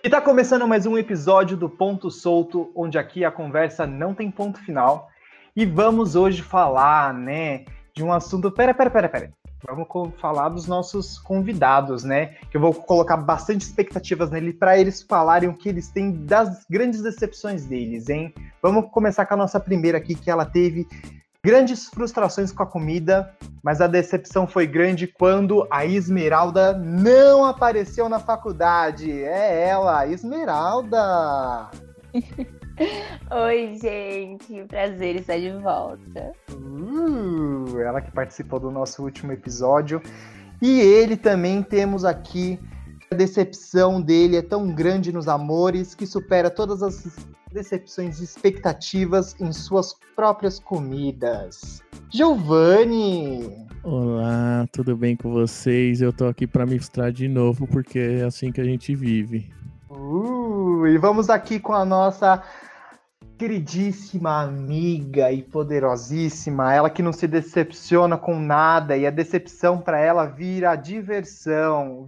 E tá começando mais um episódio do Ponto Solto, onde aqui a conversa não tem ponto final. E vamos hoje falar, né, de um assunto... Pera. Vamos falar dos nossos convidados, né? Que eu vou colocar bastante expectativas nele para eles falarem o que eles têm das grandes decepções deles, hein? Vamos começar com a nossa primeira aqui, que ela teve grandes frustrações com a comida, mas a decepção foi grande quando a Esmeralda não apareceu na faculdade. É ela, a Esmeralda! Oi, gente, prazer estar de volta. Ela que participou do nosso último episódio. E ele também temos aqui, a decepção dele é tão grande nos amores que supera todas as decepções e expectativas em suas próprias comidas. Giovanni! Olá, tudo bem com vocês? Eu tô aqui para me frustrar de novo, porque é assim que a gente vive. E vamos aqui com a nossa queridíssima amiga e poderosíssima, ela que não se decepciona com nada e a decepção para ela vira diversão.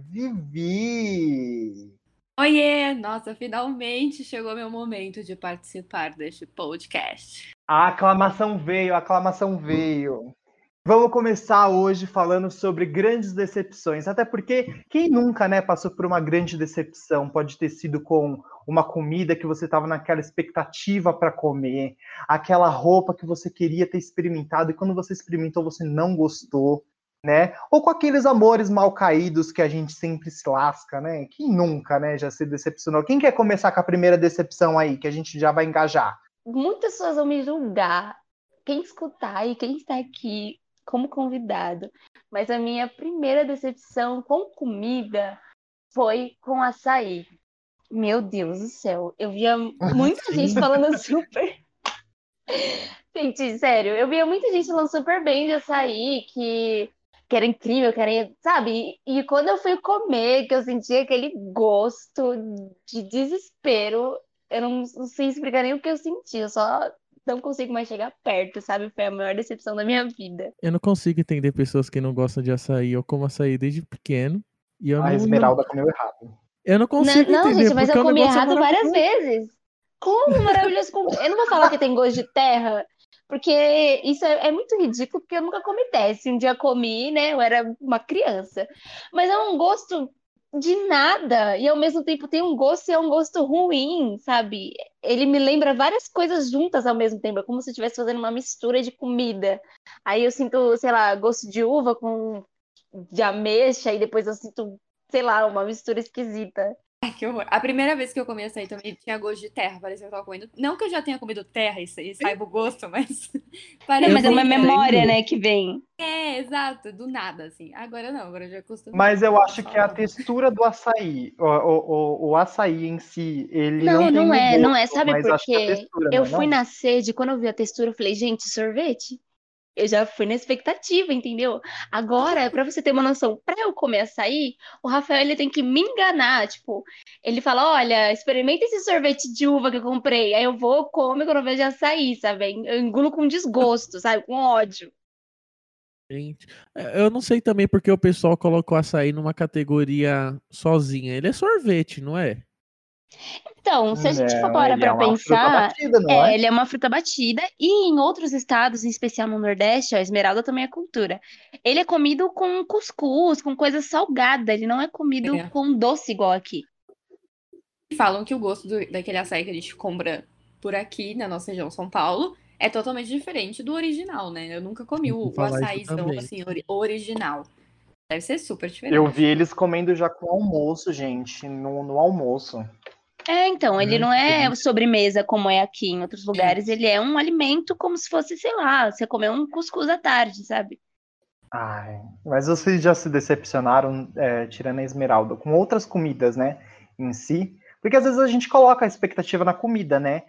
Vivi! Oiê! Nossa, finalmente chegou meu momento de participar deste podcast. A aclamação veio. Vamos começar hoje falando sobre grandes decepções, até porque quem nunca, né, passou por uma grande decepção? Pode ter sido com uma comida que você estava naquela expectativa para comer, aquela roupa que você queria ter experimentado e quando você experimentou você não gostou, né? Ou com aqueles amores mal caídos que a gente sempre se lasca, né? Quem nunca, né, já se decepcionou? Quem quer começar com a primeira decepção aí, que a gente já vai engajar? Muitas pessoas vão me julgar, quem escutar e quem está aqui como convidado, mas a minha primeira decepção com comida foi com açaí. Meu Deus do céu, eu via muita gente falando super... Gente, sério, eu via muita gente falando super bem de açaí, que era incrível, que era, sabe? E quando eu fui comer, que eu senti aquele gosto de desespero, eu não sei explicar nem o que eu senti, eu só não consigo mais chegar perto, sabe? Foi a maior decepção da minha vida. Eu não consigo entender pessoas que não gostam de açaí. Eu como açaí desde pequeno e eu A Esmeralda comeu errado. Eu não consigo Não, entender, gente, mas porque eu o comi negócio é errado várias maravilhoso. vezes. Como maravilhoso. Eu não vou falar que tem gosto de terra, porque isso é muito ridículo, porque eu nunca comi teste. Um dia comi, né? Eu era uma criança. Mas é um gosto de nada. E ao mesmo tempo tem um gosto e é um gosto ruim, sabe? Ele me lembra várias coisas juntas ao mesmo tempo. É como se eu estivesse fazendo uma mistura de comida. Aí eu sinto, sei lá, gosto de uva com de ameixa, e depois eu sinto, sei lá, uma mistura esquisita. Ai, que horror. A primeira vez que eu comi açaí também tinha gosto de terra. Parecia que eu tava comendo. Não que eu já tenha comido terra e saiba o gosto, mas. Não, Parecia. mas é uma memória, entendo. né, que vem. É, exato, do nada, assim. Agora não, agora eu já acostumei. Mas eu acho Só que a não. textura do açaí, o açaí em si, ele não Não, tem o não é. gosto, Sabe mas por acho que a quê? textura, não Eu é fui não? na sede, quando eu vi a textura, eu falei, gente, sorvete? Eu já fui na expectativa, entendeu? Agora, pra você ter uma noção, pra eu comer açaí, o Rafael, ele tem que me enganar, tipo, ele fala, olha, experimenta esse sorvete de uva que eu comprei, aí eu vou, como quando eu vejo açaí, sabe? Eu engulo com desgosto, sabe? Com ódio. Gente, eu não sei também porque o pessoal colocou açaí numa categoria sozinha. Ele é sorvete, não é? Então, se a gente for Não, parar ele é pra uma fruta pensar, batida, não é? ele é uma fruta batida e em outros estados, em especial no Nordeste, a esmeralda também é cultura. Ele é comido com cuscuz, com coisa salgada, ele não é comido É. com doce igual aqui. Falam que o gosto daquele açaí que a gente compra por aqui, na nossa região São Paulo, é totalmente diferente do original, né? Eu nunca comi Vou o falar isso açaizão, também. assim, original. Deve ser super Eu vi diferente. eles comendo já com almoço, gente, no almoço. É, então, ele não Que é delícia. sobremesa como é aqui em outros lugares, É. ele é um alimento como se fosse, sei lá, você comer um cuscuz à tarde, sabe? Ai, mas vocês já se decepcionaram, tirando a Esmeralda, com outras comidas, né, em si? Porque às vezes a gente coloca a expectativa na comida, né?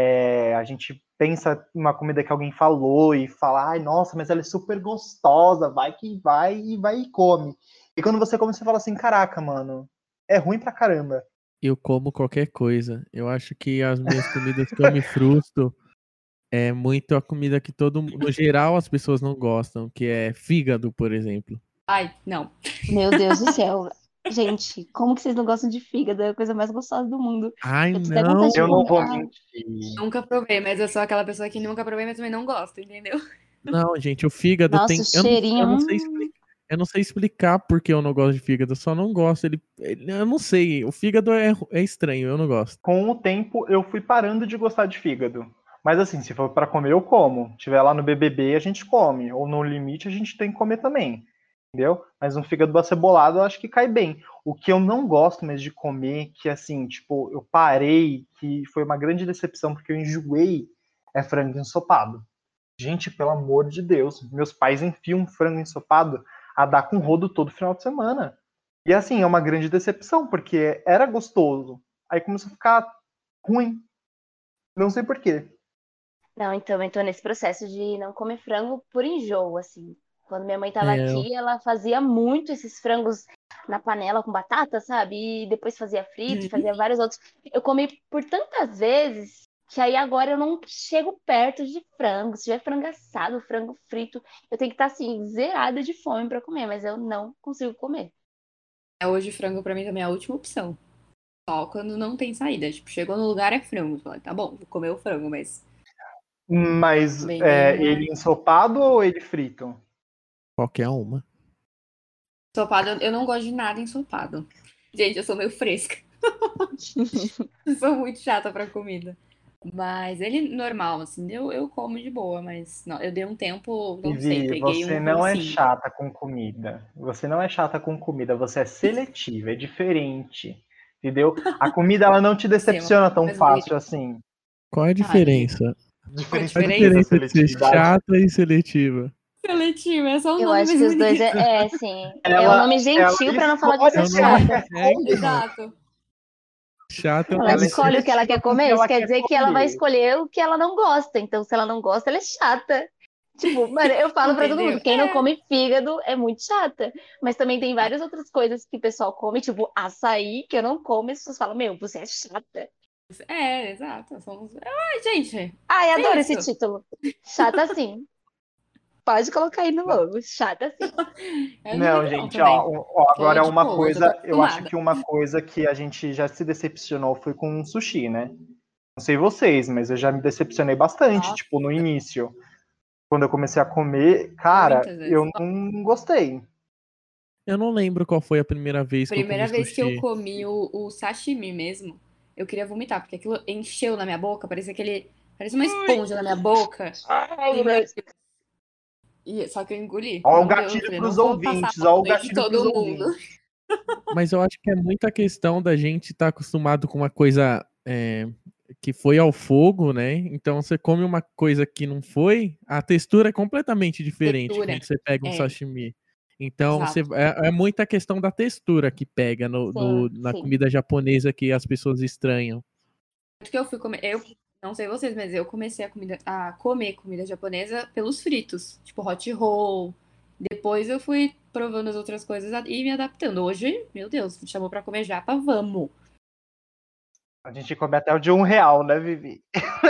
A gente pensa em uma comida que alguém falou e fala, ai, nossa, mas ela é super gostosa, vai que vai e vai e come. E quando você come, você fala assim, caraca, mano, é ruim pra caramba. Eu como qualquer coisa. Eu acho que as minhas comidas que eu me frustro é muito a comida que no geral as pessoas não gostam, que é fígado, por exemplo. Ai, não. Meu Deus do céu. Gente, como que vocês não gostam de fígado? É a coisa mais gostosa do mundo. Ai, Eu tenho até vontade de Eu não vou comer. mentir. Nunca provei, mas eu sou aquela pessoa que nunca provei, mas também não gosto, entendeu? não, gente, o fígado Nossa, tem. o cheirinho. Eu não sei explicar porque eu não gosto de fígado. Eu só não gosto. Eu não sei. O fígado é estranho, eu não gosto. Com o tempo, eu fui parando de gostar de fígado. Mas assim, se for pra comer, eu como. Se tiver lá no BBB, a gente come. Ou no limite, a gente tem que comer também. Entendeu? Mas um fígado acebolado, eu acho que cai bem. O que eu não gosto mesmo de comer, que assim, tipo, eu parei, que foi uma grande decepção, porque eu enjoei, é frango ensopado. Gente, pelo amor de Deus, meus pais enfiam frango ensopado a dar com rodo todo final de semana. E assim, é uma grande decepção, porque era gostoso. Aí começou a ficar ruim. Não sei porquê. Não, então eu tô nesse processo de não comer frango por enjoo, assim. Quando minha mãe tava É, aqui, ela fazia muito esses frangos na panela com batata, sabe? E depois fazia frito, fazia vários outros. Eu comi por tantas vezes que aí agora eu não chego perto de frango. Se tiver frango assado, frango frito, eu tenho que estar assim, zerada de fome pra comer, mas eu não consigo comer. Hoje frango pra mim também é a última opção. Só quando não tem saída. Tipo, chegou no lugar é frango. Fala, tá bom, vou comer o frango, mas Mas bem ele ensopado ou ele frito? qualquer uma. ensopado, eu não gosto de nada ensopado. Gente, eu sou meio fresca. Eu sou muito chata pra comida. Mas ele normal, assim, eu como de boa, mas não, eu dei um tempo, não sei, Vivi, peguei você um não é rancinho. chata com comida. Você não é chata com comida, você é seletiva, é diferente. Entendeu? A comida ela não te Sistema, decepciona tão mas fácil assim. Qual é a ah, ninguém. diferença? Qual a Diferente Qual a do que da diferença de ser seletividade. chata e seletiva? Seletivo, é só um Eu nome acho que mais os dois bonito. sim. É um Ela, nome ela gentil pra não falar de escolhe ser É um o que ela nome chata. quer técnico. comer. Exato. Chata é um Ela Ela nome é escolhe o que ela seletiva quer com o que comer, isso ela quer quer dizer que ela vai comer. escolher o que ela não gosta. Então, se ela não gosta, ela é chata. Tipo, mano, eu falo pra todo Entendeu? mundo, quem não come fígado é muito chata. Mas também tem várias outras coisas que o pessoal come, tipo açaí, que eu não como, e as pessoas falam, meu, você é chata. Exato. Somos... Ai, gente, Ai, é adoro esse isso. título. Chata sim. Pode colocar aí no logo. Chata sim. Eu não Não, ligo não gente, também. agora Tô é de uma boa, já tô coisa, eu acho acostumada. que uma coisa que a gente já se decepcionou foi com o sushi, né? Não sei vocês, mas eu já me decepcionei bastante, Nossa, tipo, no início. Quando eu comecei a comer, cara, muitas vezes. eu não gostei. Eu não lembro qual foi a primeira vez que eu comi Primeira vez que eu sushi. comi o sashimi mesmo, eu queria vomitar, porque aquilo encheu na minha boca, parecia uma esponja na minha boca. Ai, E, meu meu, Deus. só que eu engoli. Ó o Não deu, eu gatilho falei, não pros vou passar ouvintes, mal ó no o meio de gatilho pros todo mundo. ouvintes. Mas eu acho que é muita questão da gente estar acostumado com uma coisa que foi ao fogo, né? Então você come uma coisa que não foi, a textura é completamente diferente Textura. quando você pega um É, sashimi. Então exato. é muita questão da textura que pega Sim, na sim. comida japonesa que as pessoas estranham. Tanto que eu fui comer. Eu não sei vocês, mas eu comecei a comer comida japonesa pelos fritos. Tipo hot roll. Depois eu fui provando as outras coisas e me adaptando. Hoje, meu Deus, me chamou pra comer japa, vamos. A gente come até o de R$ 1, né, Vivi?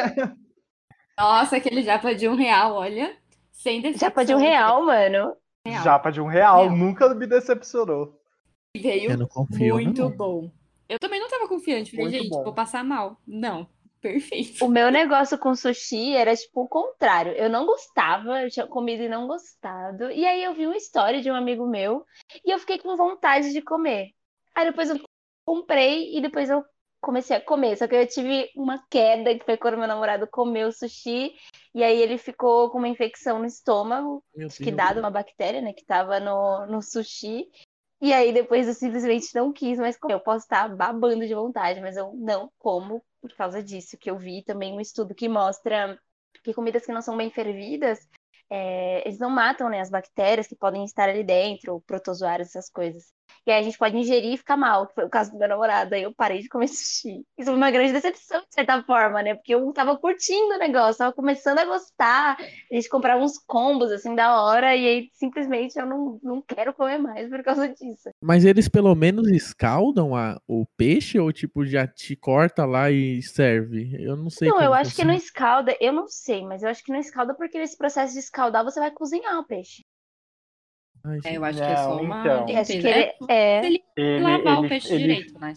Nossa, aquele japa de R$ 1, olha. Sem Japa de decepção, aquele R$ 1, mano. real. Japa de R$ 1, Real. nunca me decepcionou. E Eu veio não confio, muito não. bom. Eu também não tava confiante. Falei, Muito gente, vou bom. passar mal. Não, O perfeito. meu negócio com sushi era tipo o contrário. Eu não gostava, eu tinha comido e não gostado. E aí eu vi uma história de um amigo meu e eu fiquei com vontade de comer. Aí depois eu comprei e depois eu comecei a comer. Só que eu tive uma queda que foi quando meu namorado comeu sushi e aí ele ficou com uma infecção no estômago, Meu acho que Deus. dado uma bactéria, né, que tava no sushi. E aí depois eu simplesmente não quis mais comer. Eu posso estar babando de vontade, mas eu não como por causa disso. Que eu vi também um estudo que mostra que comidas que não são bem fervidas, eles não matam, né, as bactérias que podem estar ali dentro, protozoários, essas coisas. E aí a gente pode ingerir e ficar mal, que foi o caso do meu namorado. Aí eu parei de comer sushi. Isso foi uma grande decepção, de certa forma, né? Porque eu tava curtindo o negócio, tava começando a gostar. A gente comprava uns combos, assim, da hora, e aí simplesmente eu não quero comer mais por causa disso. Mas eles pelo menos escaldam o peixe ou tipo já te corta lá e serve? Eu não sei Não, eu como acho que não funciona. escalda, eu não sei, mas eu acho que não escalda porque nesse processo de escaldar você vai cozinhar o peixe. Ai, É, eu gente. acho que é só Não, uma então. Eu acho que limpeza. ele é. Ele, Lá lavar o peixe direito, né?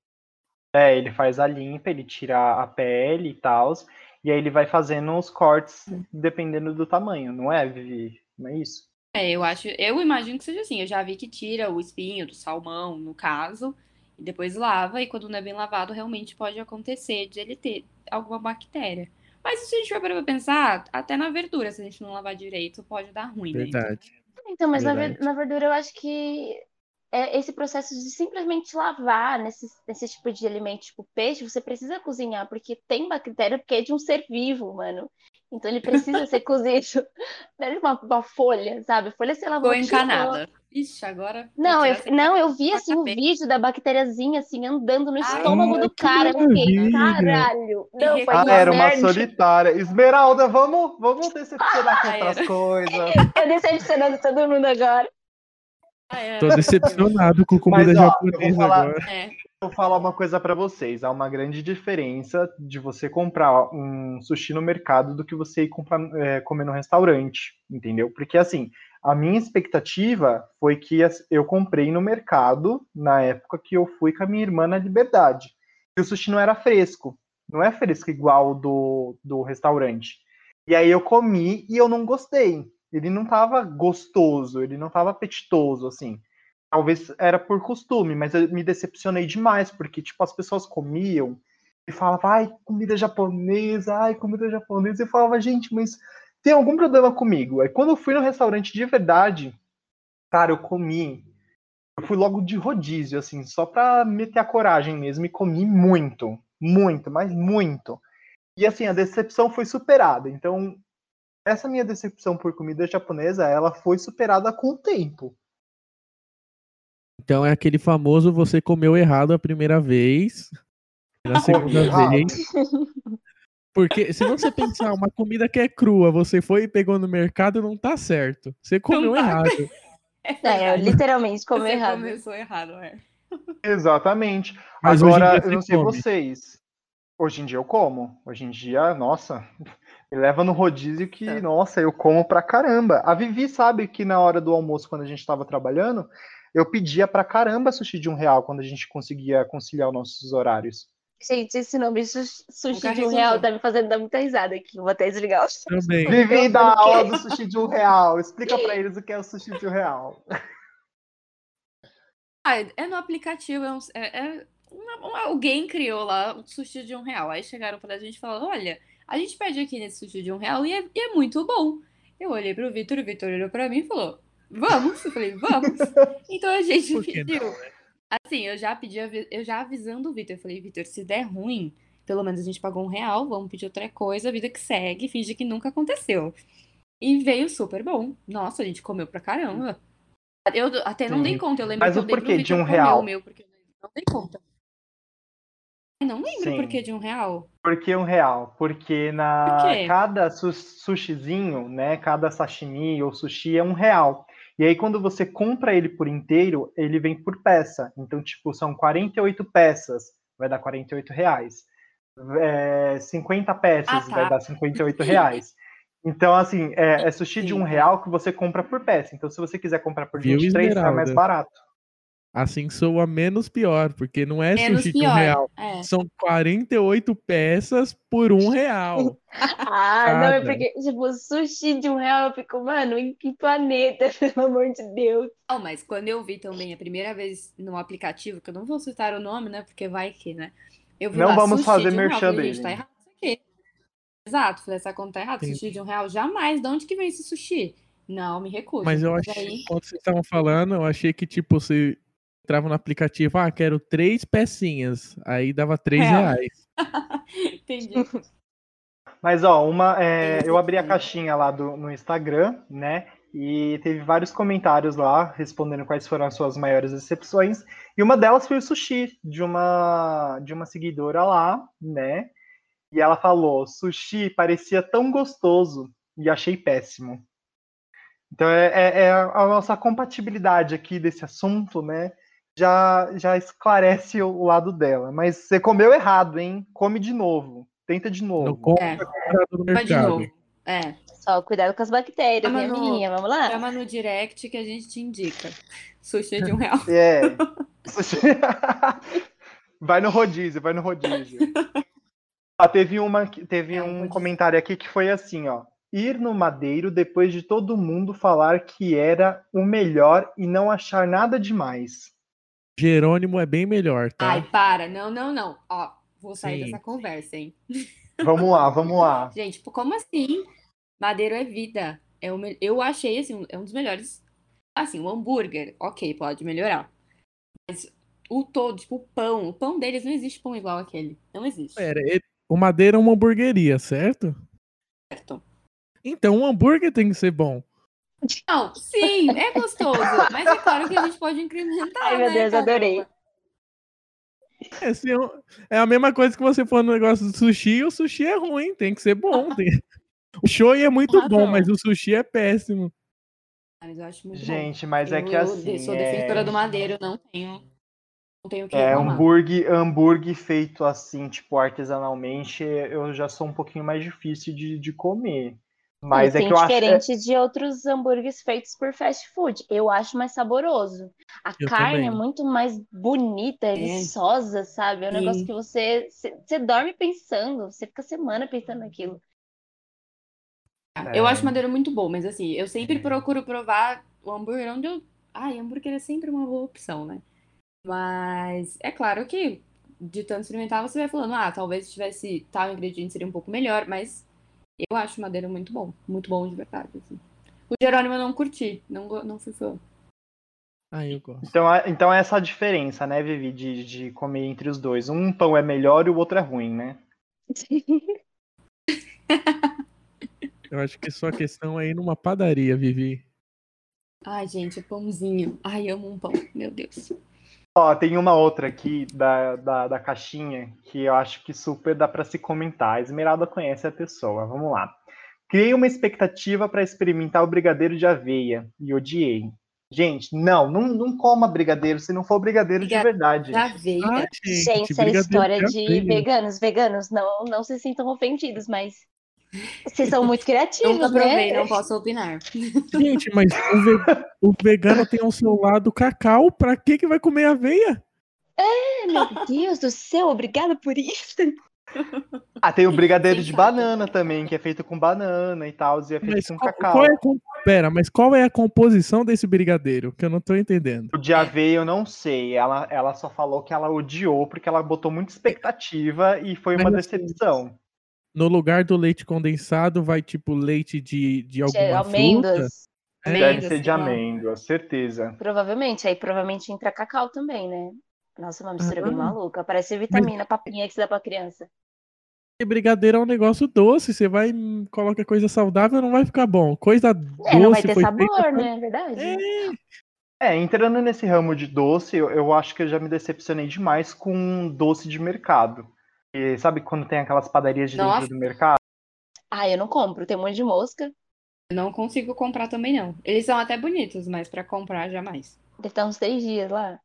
Ele faz a limpa, ele tira a pele e tal, e aí ele vai fazendo os cortes dependendo do tamanho, não é, Vivi? Não é isso? Eu imagino que seja assim. Eu já vi que tira o espinho do salmão, no caso, e depois lava, e quando não é bem lavado, realmente pode acontecer de ele ter alguma bactéria. Mas se a gente for para pensar, até na verdura, se a gente não lavar direito, pode dar ruim, né? Verdade. Então, mas Verdade. na verdura eu acho que esse processo de simplesmente lavar nesse tipo de alimento, tipo peixe, você precisa cozinhar, porque tem bactéria, porque é de um ser vivo, mano. Então ele precisa ser cozido. Não é de uma folha, sabe? Folha você lavou, Ficou tirou. encanada. Ixi, agora pra Não, tirar essa eu vi na assim o cabeça. vídeo da bactériazinha assim andando no Ai, estômago do que cara. Eu fiquei, maravilha! caralho. E Não, foi uma Era uma reclamando. merda. solitária. Esmeralda, vamos decepcionar com outras Era. coisas. Eu decepcionando todo mundo agora. Tô decepcionado com comida Mas, ó, eu japonesa agora. vou falar uma coisa pra vocês. Há uma grande diferença de você comprar um sushi no mercado do que você ir comer no restaurante, entendeu? Porque, assim, a minha expectativa foi que eu comprei no mercado na época que eu fui com a minha irmã na Liberdade. E o sushi não era fresco. Não é fresco igual o do restaurante. E aí eu comi e eu não gostei. Ele não tava gostoso, ele não tava apetitoso, assim. Talvez era por costume, mas eu me decepcionei demais, porque, tipo, as pessoas comiam e falavam, ai, comida japonesa. E eu falava, gente, mas tem algum problema comigo? Aí quando eu fui no restaurante de verdade, cara, eu fui logo de rodízio, assim, só pra meter a coragem mesmo, e comi muito, muito, mas muito. E, assim, a decepção foi superada. Então, essa minha decepção por comida japonesa, ela foi superada com o tempo. Então é aquele famoso você comeu errado a primeira vez, na segunda vez. Porque se você pensar uma comida que é crua, você foi e pegou no mercado, não tá certo. Você comeu tá. errado. Eu literalmente comi Você errado. começou errado, Exatamente. Mas hoje em Agora, dia eu não você sei come. vocês. Hoje em dia eu como. Hoje em dia, nossa, me leva no rodízio que, Tá. nossa, eu como pra caramba. A Vivi sabe que na hora do almoço, quando a gente tava trabalhando, eu pedia pra caramba sushi de R$ 1 quando a gente conseguia conciliar os nossos horários. Gente, esse nome sushi Nunca de R$ 1 recusou. tá me fazendo dar muita risada aqui. Vou até desligar o Também. Vivi dá microfone, aula porque- do sushi de R$ 1. Explica pra eles o que é o sushi de R$ 1. É no aplicativo, alguém criou lá um sushi de R$ 1. Aí chegaram pra gente e falaram, olha, a gente pede aqui nesse sushi de R$ 1 e é muito bom. Eu olhei pro Vitor, o Vitor olhou pra mim e falou, vamos? Eu falei, vamos. Então a gente Por que pediu. não, né? Assim, eu já avisando o Vitor, eu falei, Vitor, se der ruim, pelo menos a gente pagou R$ 1, vamos pedir outra coisa, vida que segue, finge que nunca aconteceu. E veio super bom. Nossa, a gente comeu pra caramba. Eu até não dei Sim. conta, eu lembro Mas que eu o dei pro porquê de Vitor R$ comer o 1? meu, porque eu não dei conta. Eu não lembro por que Sim. de R$ 1. Por que R$ 1? Porque Por quê? cada sushizinho, né, cada sashimi ou sushi é R$ 1. E aí quando você compra ele por inteiro, ele vem por peça. Então, tipo, são 48 peças, vai dar R$ 48. 50 Ah, peças vai tá. dar R$ 58. Então, assim, é sushi de Sim, R$ 1 que você compra por peça. Então, se você quiser comprar por Viu, 23, sai mais Esmeralda? barato. Assim soa menos pior, porque não é Menos sushi de pior. R$ 1. É. São 48 peças por R$ 1 não, é cada. porque, tipo, sushi de R$ 1, eu fico, mano, em que planeta, pelo amor de Deus? Não, mas quando eu vi também a primeira vez no aplicativo, que eu não vou citar o nome, né? Porque vai que, né? Eu vi Não lá, vamos sushi fazer de R$ 1. merchan Falei, gente, tá dele. errado isso aqui. Exato, falei, essa conta tá errada, Sim. sushi de R$ 1, jamais. De onde que vem esse sushi? Não, me recuso. Mas eu Mas achei, aí, quando vocês estavam falando, eu achei que, tipo, você entrava no aplicativo, quero 3 pecinhas. Aí dava Real. R$ 3. Entendi. Mas, ó, Tem esse eu abri a detalhe. caixinha lá no Instagram, né? E teve vários comentários lá respondendo quais foram as suas maiores decepções. E uma delas foi o sushi, de uma seguidora lá, né? E ela falou: sushi parecia tão gostoso e achei péssimo. Então é a nossa compatibilidade aqui desse assunto, né? Já esclarece o lado dela. Mas você comeu errado, hein? Come de novo. Tenta de Não novo. compra É, comprado no mas de mercado. novo. É, Só cuidado com as bactérias, chama minha menina. Vamos lá? chama no direct que a gente te indica. Sushi de R$ 1. É. Vai no rodízio, vai no rodízio. Teve É um um rodízio. comentário aqui que foi assim, ó. Ir no Madeiro depois de todo mundo falar que era o melhor e não achar nada demais. Jerônimo é bem melhor, Ai, tá? para. Não, não, não. Ó, vou sair Sim. dessa conversa, hein? Vamos lá, vamos lá. Gente, como assim? Madeiro é vida. Eu achei, assim, é um dos melhores. Assim, o hambúrguer, ok, pode melhorar. Mas o todo, tipo, o pão deles não existe pão igual aquele. Não existe. Pera, o Madeira é uma hamburgueria, certo? Certo. Então o hambúrguer tem que ser bom. Não, sim, é gostoso. Mas é claro que a gente pode incrementar, Ai, meu né, Deus, caramba? adorei. É, se eu- é a mesma coisa que você for no negócio do sushi, o sushi é ruim, tem que ser bom. O shoyu é muito bom, Razão. mas o sushi é péssimo. Mas eu acho muito bom. Gente, mas é que Eu assim, sou defensora do Madeiro, não tenho o que é reclamar. hambúrguer feito assim, tipo, artesanalmente, eu já sou um pouquinho mais difícil de comer. Mas é Sim, que eu acho. diferente de outros hambúrgueres feitos por fast food. Eu acho mais saboroso. A Eu carne é também. muito mais bonita, é viçosa, sabe? É um negócio Sim. que você dorme pensando, você fica semana pensando naquilo. Eu acho Madeiro muito bom, mas assim, eu sempre procuro provar o hambúrguer onde eu. Ai, hambúrguer é sempre uma boa opção, né? Mas é claro que de tanto experimentar você vai falando, talvez se tivesse tal ingrediente seria um pouco melhor, mas eu acho Madeiro muito bom de verdade, assim. O Jerônimo eu não curti, não fui fã. Ah, eu gosto. Então é essa a diferença, né, Vivi, de comer entre os dois. Um pão é melhor e o outro é ruim, né? Eu acho que sua questão é ir numa padaria, Vivi. Ai, gente, o pãozinho. Ai, amo um pão, meu Deus. Ó, tem uma outra aqui da caixinha que eu acho que super dá para se comentar. A Esmeralda conhece a pessoa. Vamos lá. Criei uma expectativa para experimentar o brigadeiro de aveia e odiei. Gente, não coma brigadeiro se não for brigadeiro de Brigadeiro verdade. de aveia. Ah, Gente, gente, essa é a brigadeiro história de de aveia. veganos, não se sintam ofendidos, mas vocês são muito Nunca criativos, provei, né? não posso opinar. Gente, mas o vegano tem ao seu lado cacau, pra que vai comer aveia? Meu Deus do céu, obrigada por isso. Ah, tem o brigadeiro de Sensato. banana também, que é feito com banana e tal, e é feito Mas com qual cacau. é Pera, mas qual é a composição desse brigadeiro? Que eu não tô entendendo. O de aveia eu não sei. Ela só falou que ela odiou porque ela botou muita expectativa e foi uma Mas, assim, decepção. no lugar do leite condensado vai tipo leite de De alguma fruta? amêndoas. É, Deve Amêndoas, ser de sei lá. amêndoa, certeza. Provavelmente. Aí provavelmente entra cacau também, né? Nossa, uma mistura bem Ah, maluca. Parece mas vitamina, papinha que se dá pra criança. brigadeiro é um negócio doce. Você vai coloca coisa saudável, não vai ficar bom. Coisa Não vai doce ter foi feita sabor, pra... né? É verdade. Entrando nesse ramo de doce, eu acho que eu já me decepcionei demais com doce de mercado. E sabe quando tem aquelas padarias de dentro Nossa, do mercado? Ah, eu não compro. Tem um monte de mosca. eu não consigo comprar também, não. Eles são até bonitos, mas pra comprar, jamais. Deve estar uns 3 dias lá.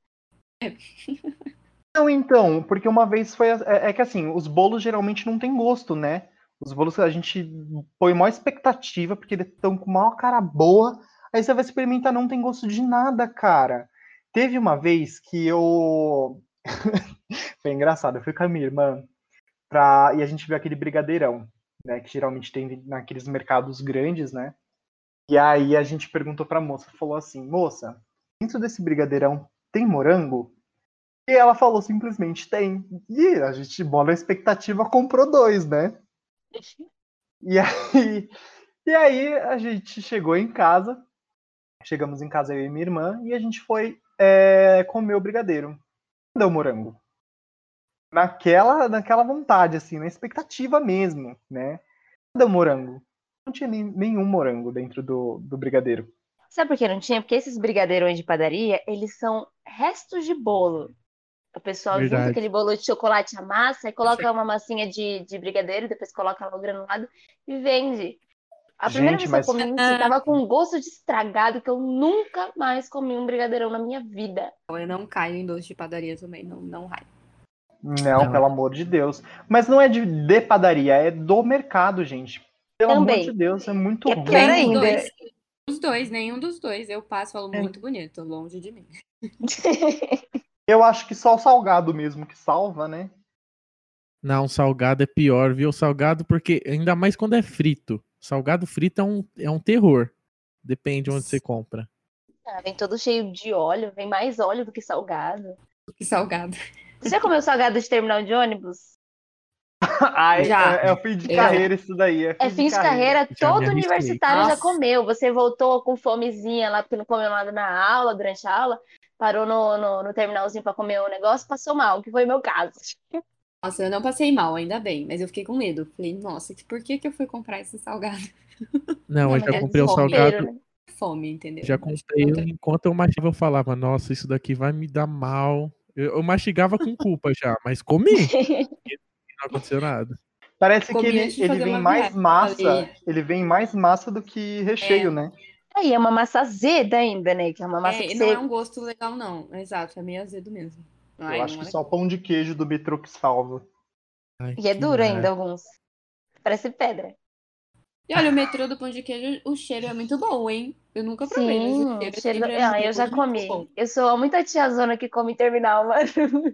Não, então, porque uma vez foi. É que assim, os bolos geralmente não tem gosto, né? Os bolos a gente põe maior expectativa, porque eles estão com maior cara boa. Aí você vai experimentar, não tem gosto de nada, cara. Teve uma vez que eu. Foi engraçado, eu fui com a minha irmã e a gente viu aquele brigadeirão, né? Que geralmente tem naqueles mercados grandes, né? E aí a gente perguntou pra moça, falou assim, moça, dentro desse brigadeirão tem morango? E ela falou simplesmente, tem. E a gente, bola a expectativa, comprou 2, né? E aí, e aí a gente chegou em casa, chegamos em casa eu e minha irmã, e a gente foi comer o brigadeiro. Deu morango. Naquela vontade, assim, na expectativa mesmo, né? Deu morango. Não tinha nenhum morango dentro do brigadeiro. Sabe por que não tinha? Porque esses brigadeirões de padaria, eles são restos de bolo. O pessoal junta Verdade. aquele bolo de chocolate, amassa e coloca uma massinha de brigadeiro, depois coloca lá o granulado e vende. A primeira Gente, vez que eu mas comi isso, tava com um gosto de estragado que eu nunca mais comi um brigadeirão na minha vida. Eu não caio em doce de padaria também, não raio. não, Não, pelo amor de Deus. Mas não é de padaria, é do mercado, gente. Pelo amor Também. de Deus, é muito É ruim. pior Nenhum ainda. dos dois, nenhum dos dois. Eu passo e falo É. muito bonito, longe de mim. Eu acho que só o salgado mesmo que salva, né? Não, salgado é pior, viu? Salgado, porque ainda mais quando é frito. Salgado frito é um terror. Depende onde você compra. Ah, vem todo cheio de óleo, vem mais óleo do que salgado. Que salgado. Você já comeu salgado de terminal de ônibus? Ai, Já. é o fim de Eu- carreira isso daí. É fim de carreira, Já me todo arrisquei. universitário já Nossa. comeu. Você voltou com fomezinha lá, porque não comeu nada na aula, durante a aula, parou no terminalzinho pra comer o negócio, passou mal, que foi o meu caso. Nossa, eu não passei mal, ainda bem, mas eu fiquei com medo. Falei, nossa, por que eu fui comprar esse salgado? Não, eu mas já é comprei o fome. salgado. desespero, né? Fome, entendeu? Já comprei enquanto eu mastigava, eu falava, nossa, isso daqui vai me dar mal. Eu mastigava com culpa já, mas comi. Não aconteceu nada. Parece que Comi ele, antes de ele fazer vem uma mais viagem. massa. Falei, Ele vem mais massa do que recheio, né? Aí é uma massa azeda ainda, né? Que é uma massa que não é você. um gosto legal, não. Exato, é meio azedo mesmo. Eu Ai, acho não que é só o legal. pão de queijo do metrô que salva. Ai, E é que duro ainda, merda. alguns. Parece pedra. E olha, o metrô do pão de queijo, o cheiro é muito bom, hein? Eu nunca provei, mas o Sim, cheiro sempre é eu já muito bom. comi. Eu sou muita tiazona que come em terminal, mano.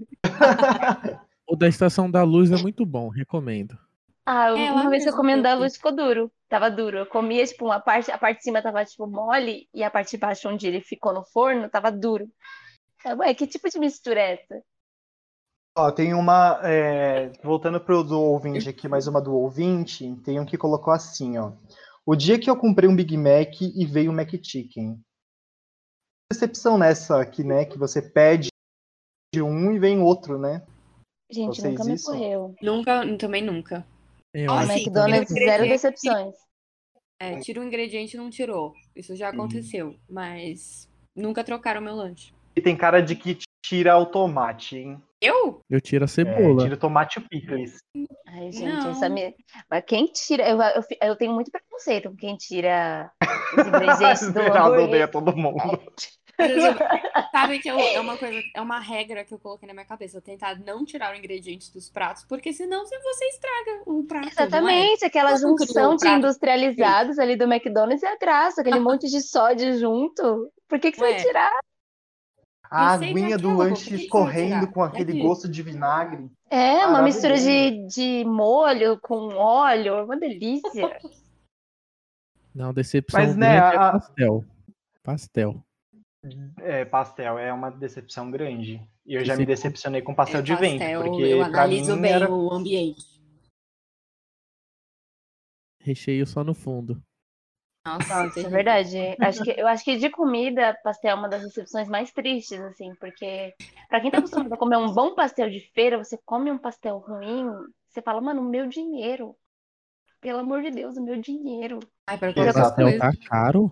O da Estação da Luz é muito bom, recomendo. Ah, É lá uma vez que eu mesmo comi que um eu da fui. luz ficou duro. Tava duro. Eu comia, tipo, a parte de cima tava, tipo, mole e a parte de baixo, onde ele ficou no forno, tava duro. Ué, que tipo de mistura é essa? Ó, tem uma. Voltando pro do ouvinte aqui, mais uma do ouvinte. Tem um que colocou assim, ó. O dia que eu comprei um Big Mac e veio um McChicken. Decepção nessa aqui, né? Que você pede um e vem outro, né? Gente, Vocês nunca me isso? ocorreu. Nunca, também nunca. Eu No acho Assim, que também. tira o McDonald's, zero ingrediente, decepções. tira o ingrediente e não tirou. Isso já aconteceu, mas nunca trocaram meu lanche. E tem cara de que tira o tomate, hein? Eu tiro a cebola. Tira o tomate e o picles. Ai, gente, Não. essa me... Mas quem tira... Eu tenho muito preconceito com quem tira os ingredientes do Esmeralda hambúrguer. odeia todo mundo. Mas, assim, sabe que é uma coisa, é uma regra que eu coloquei na minha cabeça, tentar não tirar os ingredientes dos pratos, porque senão você estraga o prato, não é? Exatamente, aquela Você não criou junção o de prato industrializados ali do McDonald's é a graça, aquele monte de sódio junto. Por que você vai Ué, tirar? A receita é aguinha do aquela, pô, lanche por que você vai escorrendo tirar? com aquele Daqui. gosto de vinagre. É, uma mistura Maravilhoso. de molho com óleo, uma delícia. Não, decepção Mas, né, grande é pastel. Pastel. pastel é uma decepção grande. E eu Que já me você decepcionei com pastel de vento, Pastel, eu porque pra analiso mim bem era. o ambiente. recheio só no fundo. Nossa, Nossa, é terrível. verdade. Eu acho que de comida, pastel é uma das recepções mais tristes, assim, porque pra quem tá acostumado a comer um bom pastel de feira, você come um pastel ruim, você fala, mano, o meu dinheiro. Pelo amor de Deus, o meu dinheiro. Ai, para O Já qualquer tô... pastel coisa. tá caro?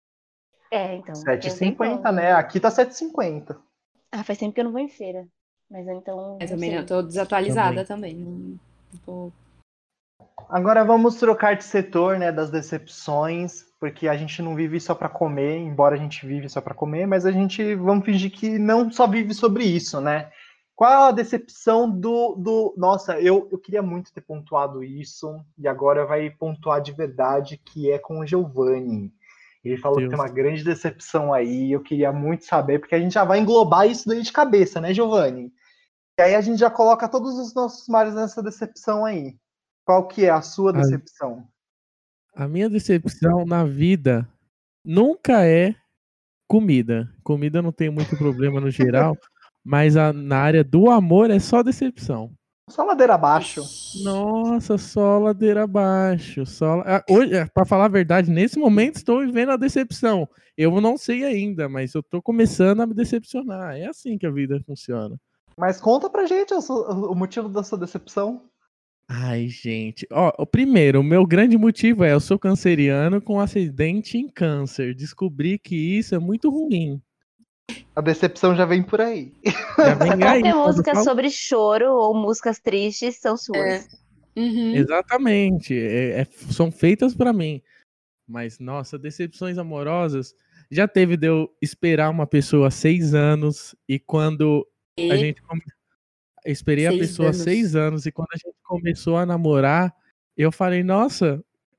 Então, tem um 7,50, tempão. né? Aqui tá 7,50. Ah, faz tempo que eu não vou em feira. Mas então, Eu não também eu sei. tô desatualizada também. Não tô- Agora vamos trocar de setor, né, das decepções, porque a gente não vive só para comer, embora a gente vive só para comer, mas a gente vamos fingir que não só vive sobre isso, né? Qual a decepção Nossa, eu queria muito ter pontuado isso, e agora vai pontuar de verdade, que é com o Giovanni. Ele falou que tem Deus. uma grande decepção aí, eu queria muito saber, porque a gente já vai englobar isso daí de cabeça, né, Giovanni? E aí a gente já coloca todos os nossos mares nessa decepção aí. Qual que é a sua A, decepção? a minha decepção na vida nunca é comida. Comida eu não tenho muito problema no geral, mas na área do amor é só decepção. Só ladeira abaixo. Nossa, só ladeira abaixo. Hoje, pra falar a verdade, nesse momento estou vivendo a decepção. Eu não sei ainda, mas eu tô começando a me decepcionar. É assim que a vida funciona. Mas conta pra gente o motivo da sua decepção. Ai, gente. Ó, o meu grande motivo eu sou canceriano com acidente em câncer. Descobri que isso é muito ruim. A decepção já vem por aí. Já vem aí. Qualquer Quando eu música falo... sobre choro ou músicas tristes são suas. Uhum. Exatamente. São feitas pra mim. Mas, nossa, decepções amorosas. Já teve de eu esperar uma pessoa 6 anos e quando a E gente. Eu esperei a 6 pessoa anos. 6 anos e quando a gente começou a namorar, eu falei, nossa,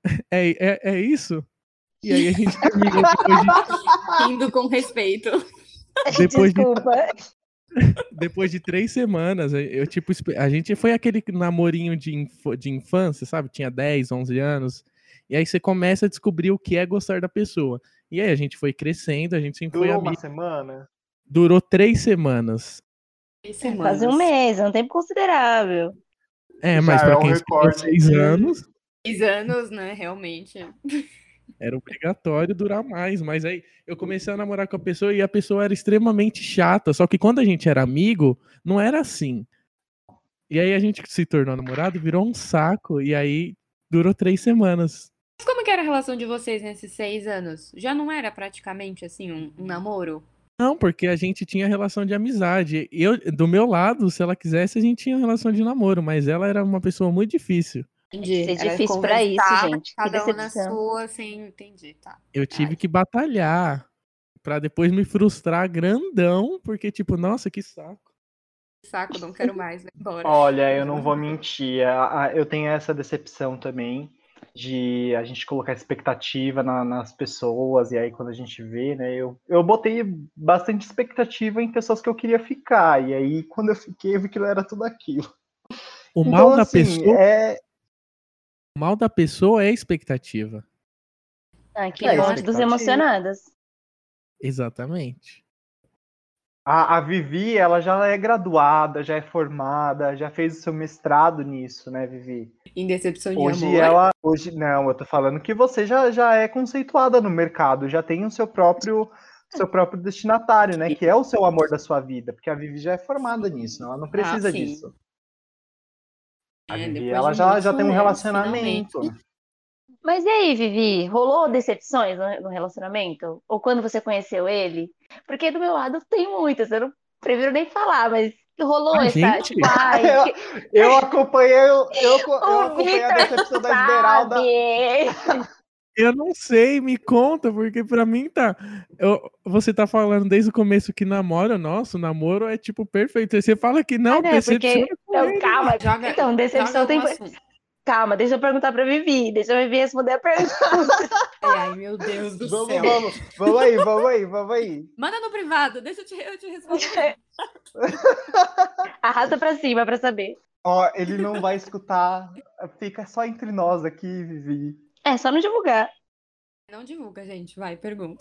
É isso? E aí a gente terminou Indo com respeito. depois de, Desculpa. depois de 3 semanas. A gente foi aquele namorinho de infância, sabe? Tinha 10, 11 anos. E aí você começa a descobrir o que é gostar da pessoa. E aí a gente foi crescendo, a gente sempre foi Durou uma amigo. semana? Durou 3 semanas. 3 Quase um semanas. mês, é um tempo considerável. Mas Já pra é um quem esperou recorde 6 que- anos, 6 anos, né? Realmente. era obrigatório durar mais. Mas aí eu comecei a namorar com a pessoa e a pessoa era extremamente chata. Só que quando a gente era amigo, não era assim. E aí a gente se tornou namorado, virou um saco. E aí durou 3 semanas. Mas como que era a relação de vocês nesses 6 anos? Já não era praticamente assim um namoro? Não, porque a gente tinha relação de amizade. Do meu lado, se ela quisesse, a gente tinha relação de namoro. Mas ela era uma pessoa muito difícil. Entendi. Ser Era difícil pra isso, conversar, gente. Que cada um na decepção. sua, assim, entendi, tá. Eu tive que batalhar pra depois me frustrar grandão. Porque, tipo, nossa, que saco. Saco, não quero mais, vai embora. Olha, eu não vou mentir. Eu tenho essa decepção também de a gente colocar expectativa nas pessoas, e aí quando a gente vê, né? Eu botei bastante expectativa em pessoas que eu queria ficar, e aí quando eu fiquei, eu vi que não era tudo aquilo. O Então, mal da assim, pessoa. O mal da pessoa é a expectativa. Ah, que É, fonte dos expectativa. emocionados. Exatamente. A Vivi, ela já é graduada, já é formada, já fez o seu mestrado nisso, né, Vivi? Em decepção de Hoje amor. não, eu tô falando que você já é conceituada no mercado, já tem o seu próprio destinatário, né, que é o seu amor da sua vida, porque a Vivi já é formada nisso, ela não precisa sim. disso. A Vivi, Depois ela de já muitos tem um roletes, relacionamento. Mas e aí, Vivi? Rolou decepções no relacionamento? Ou quando você conheceu ele? Porque do meu lado tem muitas, eu não prefiro nem falar, mas rolou essa, gente? tipo, ai, Eu acompanhei, eu o acompanhei a Victor decepção da Esmeralda. sabe! Eu não sei, me conta, porque pra mim tá. Você tá falando desde o começo que namora, nossa, o namoro é tipo perfeito. Aí você fala que não, Né? decepciona Porque, com então, ele. calma. Joga, Então, decepção joga tem. algum assunto. Calma, deixa eu perguntar pra Vivi. Deixa a Vivi responder a pergunta. Ai, meu Deus do céu. Vamos aí. Manda no privado, deixa eu te responder. Arrasta pra cima pra saber. Ó, ele não vai escutar, fica só entre nós aqui, Vivi. É, só não divulgar. Não divulga, gente. Vai, pergunta.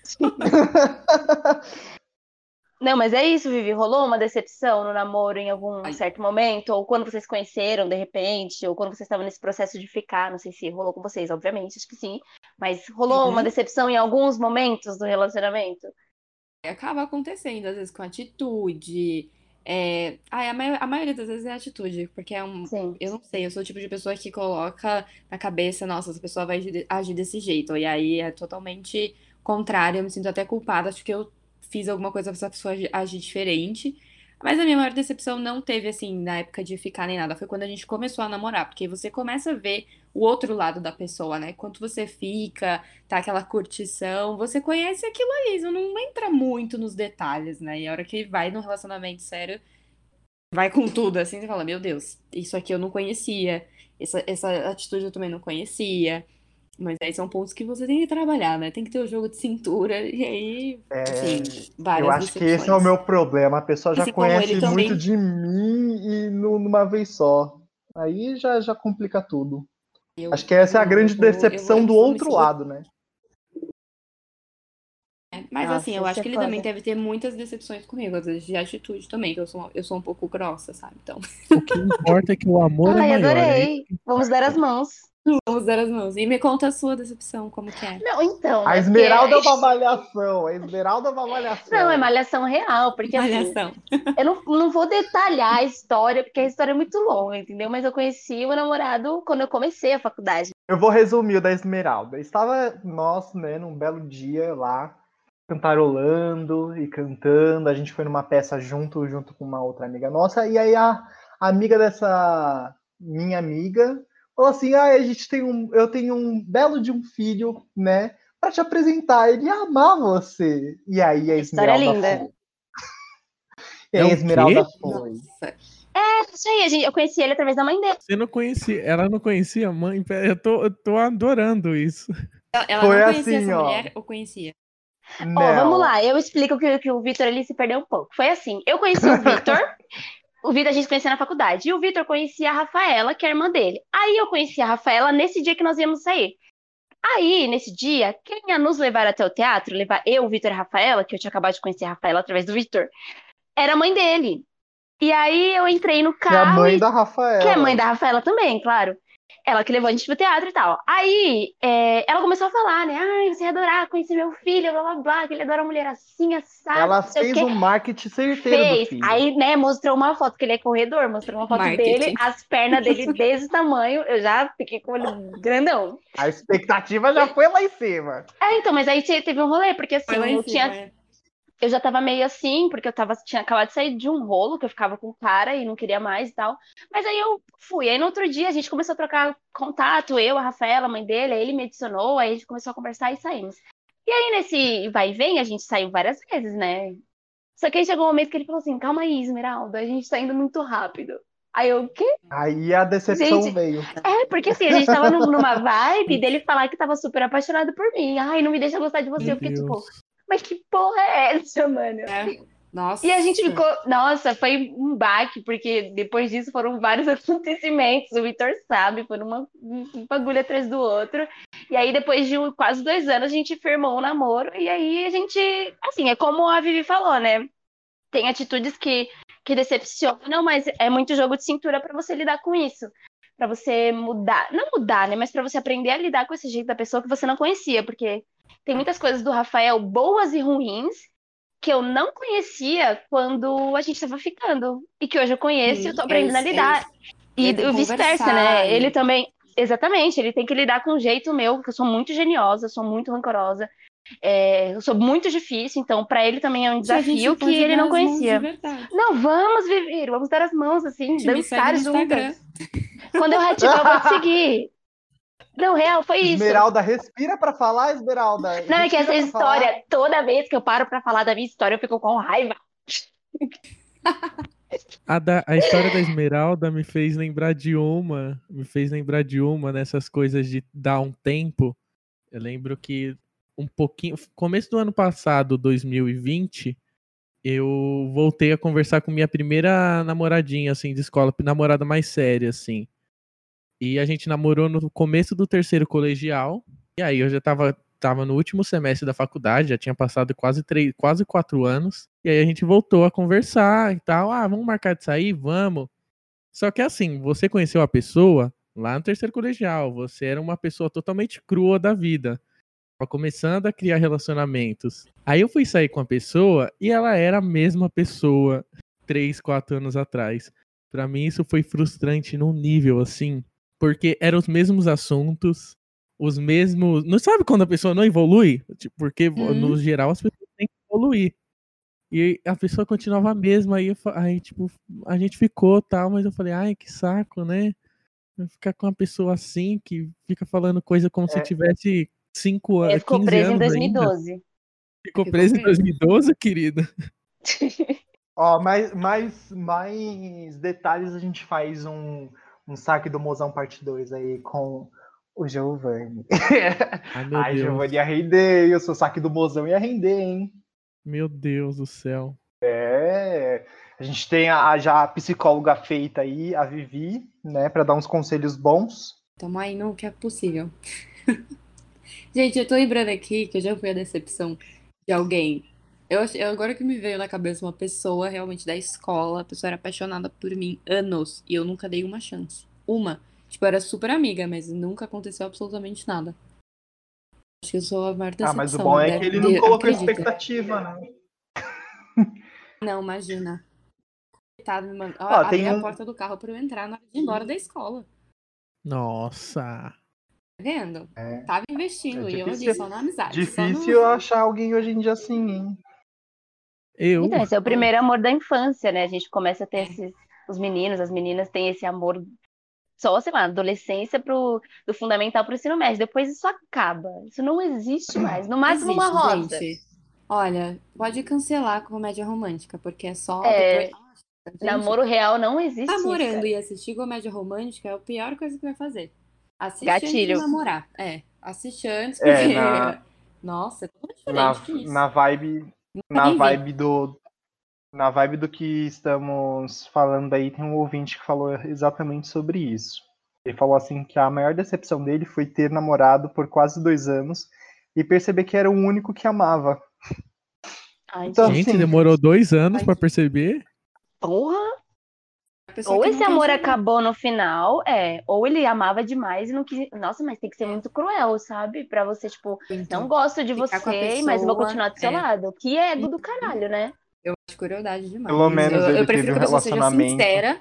Não, mas é isso, Vivi. Rolou uma decepção no namoro em algum Ai. certo momento? Ou quando vocês se conheceram, de repente? Ou quando vocês estavam nesse processo de ficar? Não sei se rolou com vocês, obviamente, acho que sim. Mas rolou uma decepção em alguns momentos do relacionamento? Acaba acontecendo, às vezes, com atitude. A maioria das vezes é atitude, porque Sim. eu não sei, eu sou o tipo de pessoa que coloca na cabeça, nossa, essa pessoa vai agir desse jeito. E aí é totalmente contrário, eu me sinto até culpada, acho que eu fiz alguma coisa pra essa pessoa agir diferente. Mas a minha maior decepção não teve, assim, na época de ficar nem nada, foi quando a gente começou a namorar, porque você começa a ver o outro lado da pessoa, né? Quando você fica, tá aquela curtição, você conhece aquilo ali, você não entra muito nos detalhes, né? E a hora que vai num relacionamento sério, vai com tudo, assim, você fala, meu Deus, isso aqui eu não conhecia, essa atitude eu também não conhecia. Mas aí são pontos que você tem que trabalhar, né? Tem que ter o jogo de cintura, e aí, assim, Eu várias acho que esse é o decepções. meu problema. A pessoa já Assim como ele conhece muito também. de mim e numa vez só. Aí já complica tudo. Acho que essa é a grande decepção do vou me outro segurar. lado, né? Mas Nossa, assim, eu isso acho é que ele foda. também deve ter muitas decepções comigo, às vezes de atitude também, que eu sou um pouco grossa, sabe? Então, O que importa é que o amor é Ai, maior. adorei. Vamos dar as mãos. vamos dar as mãos. E me conta a sua decepção, como que é? Não, então, A né? Porque... Esmeralda é uma malhação. A Esmeralda é uma malhação. Não, é malhação real, porque assim, Malhação. eu não vou detalhar a história, porque a história é muito longa, entendeu? Mas eu conheci o namorado quando eu comecei a faculdade. Eu vou resumir o da Esmeralda. Estava nós, né, num belo dia lá, cantarolando e cantando. A gente foi numa peça junto com uma outra amiga nossa. E aí a amiga dessa minha amiga falou assim: eu tenho um belo de um filho, né, para te apresentar. Ele ia amar você. E aí a História Esmeralda linda. foi. E É aí a o Esmeralda quê? foi. Nossa. Isso aí, eu conheci ele através da mãe dele. Você não conhecia, ela não conhecia a mãe? Pera, eu tô adorando isso. Ela Foi não conhecia assim, essa ó. mulher ou conhecia? Ó, vamos Não. lá, eu explico que o Vitor ali se perdeu um pouco. Foi assim, eu conheci o Vitor a gente conhecia na faculdade, e o Vitor conhecia a Rafaela, que é a irmã dele. Aí eu conheci a Rafaela nesse dia que nós íamos sair. Aí, nesse dia, quem ia nos levar até o teatro, levar eu, o Vitor e a Rafaela, que eu tinha acabado de conhecer a Rafaela através do Vitor, era a mãe dele. E aí eu entrei no Que é a carro mãe da que é a mãe Rafaela. da Rafaela também, claro. Ela que levou a gente pro teatro e tal. Aí, ela começou a falar, né? Ai, você ia adorar conhecer meu filho, blá blá blá, que ele adora mulher assim, assado, Ela não sei o fez quê. um marketing certeiro do Fez. filho. Aí, né, mostrou uma foto, que ele é corredor, mostrou uma foto dele, Marketing. as pernas dele desse tamanho, eu já fiquei com o olho grandão. A expectativa já foi lá em cima. Então, mas aí teve um rolê, porque assim, Foi lá em cima, né? eu já tava meio assim, porque tinha acabado de sair de um rolo, que eu ficava com o cara e não queria mais e tal. Mas aí eu fui. Aí no outro dia a gente começou a trocar contato, eu, a Rafaela, a mãe dele, aí ele me adicionou, aí a gente começou a conversar e saímos. E aí nesse vai e vem, a gente saiu várias vezes, né? Só que aí chegou um momento que ele falou assim: calma aí, Esmeralda, a gente tá indo muito rápido. Aí eu, o quê? Aí a decepção Gente, veio. porque assim, a gente tava numa vibe dele falar que tava super apaixonado por mim. Ai, não me deixa gostar de você. Meu Eu fiquei tipo, Deus. mas que porra é essa, mano? Nossa. E a gente ficou, nossa, foi um baque, porque depois disso foram vários acontecimentos. O Vitor sabe, foi um bagulho atrás do outro. E aí, depois de quase 2 anos, a gente firmou um namoro. E aí a gente, assim, é como a Vivi falou, né? Tem atitudes que decepcionam, mas é muito jogo de cintura pra você lidar com isso. Pra você mudar, não mudar, né? Mas pra você aprender a lidar com esse jeito da pessoa que você não conhecia, porque tem muitas coisas do Rafael boas e ruins que eu não conhecia quando a gente estava ficando. E que hoje eu conheço e eu tô aprendendo a lidar. E tem que vice-versa, conversar, né? Ele né? também. Exatamente, ele tem que lidar com o jeito meu, porque eu sou muito geniosa, eu sou muito rancorosa, eu sou muito difícil, então para ele também é um A gente desafio que pode ele dar não as mãos de conhecia. verdade. Não, vamos viver, vamos dar as mãos assim, Me segue dançar no juntas. Instagram. Quando eu rativar, eu vou te seguir. Não, real, foi isso. Esmeralda, respira pra falar, Esmeralda. Não, é que Respira essa pra falar. história, toda vez que eu paro pra falar da minha história, eu fico com raiva. A história da Esmeralda me fez lembrar de uma nessas coisas de dar um tempo. Eu lembro que um pouquinho, começo do ano passado, 2020, eu voltei a conversar com minha primeira namoradinha, assim, de escola, namorada mais séria, assim. E a gente namorou no começo do terceiro colegial, e aí eu já tava no último semestre da faculdade, já tinha passado quase 4 anos, e aí a gente voltou a conversar e tal, vamos marcar de sair? Vamos. Só que assim, você conheceu a pessoa lá no terceiro colegial, você era uma pessoa totalmente crua da vida, tava começando a criar relacionamentos. Aí eu fui sair com a pessoa e ela era a mesma pessoa 3, 4 anos atrás. Pra mim isso foi frustrante num nível assim, porque eram os mesmos assuntos, os mesmos... Não sabe quando a pessoa não evolui? Porque no geral as pessoas têm que evoluir. E a pessoa continuava a mesma, aí tipo, a gente ficou tal, mas eu falei, ai, que saco, né? Ficar com uma pessoa assim, que fica falando coisa como se tivesse 5 anos, Ficou 15 preso em anos ainda. 2012. Ficou preso em 2012, querida? Ó, mais detalhes a gente faz um saque do Mozão parte 2 aí com o Giovanni. Ai, meu Ai, Deus. Giovanni ia render, o seu saque do Mozão ia render, hein? Meu Deus do céu. A gente tem já a psicóloga feita aí, a Vivi, né, para dar uns conselhos bons. Tamo aí no que é possível. Gente, eu tô lembrando aqui que eu já fui a decepção de alguém. Agora que me veio na cabeça uma pessoa realmente da escola, a pessoa era apaixonada por mim anos e eu nunca dei uma chance. Tipo, eu era super amiga, mas nunca aconteceu absolutamente nada. Acho que eu sou a maior decepção. Mas o bom é que ele não colocou expectativa, né? Não, imagina. Coitado, mano. Tem abri a porta do carro pra eu entrar na hora de ir embora da escola. Nossa. Tá vendo? Tava investindo e eu ali só na amizade. Difícil achar alguém hoje em dia assim, hein? Então, esse é o primeiro amor da infância, né? A gente começa a ter os meninos, as meninas têm esse amor só, sei lá, adolescência do fundamental pro ensino médio. Depois isso acaba. Isso não existe mais. No máximo uma rosa. Gente. Olha, pode cancelar a comédia romântica, porque é só É. depois. Gente, Namoro real não existe isso, namorando cara. e assistir comédia romântica é a pior coisa que vai fazer. Assiste antes de Gatilho. namorar. Assiste antes, porque. Nossa, é totalmente na, diferente isso. na vibe, na vibe do, na vibe do que estamos falando aí, tem um ouvinte que falou exatamente sobre isso. Ele falou assim que a maior decepção dele foi ter namorado por quase 2 anos e perceber que era o único que amava. Ai, Então, Gente, assim, demorou 2 anos pra perceber? porra! A pessoa Ou que esse não quer amor saber. acabou no final, ou ele amava demais e não quis. Nossa, mas tem que ser muito cruel, sabe? Pra você, tipo, Então, não gosto de ficar com a você, mas eu vou pessoa, continuar do seu lado. Que ego do caralho, né? Eu acho crueldade demais. pelo menos Eu ele prefiro teve que um a pessoa seja relacionamento. sincera.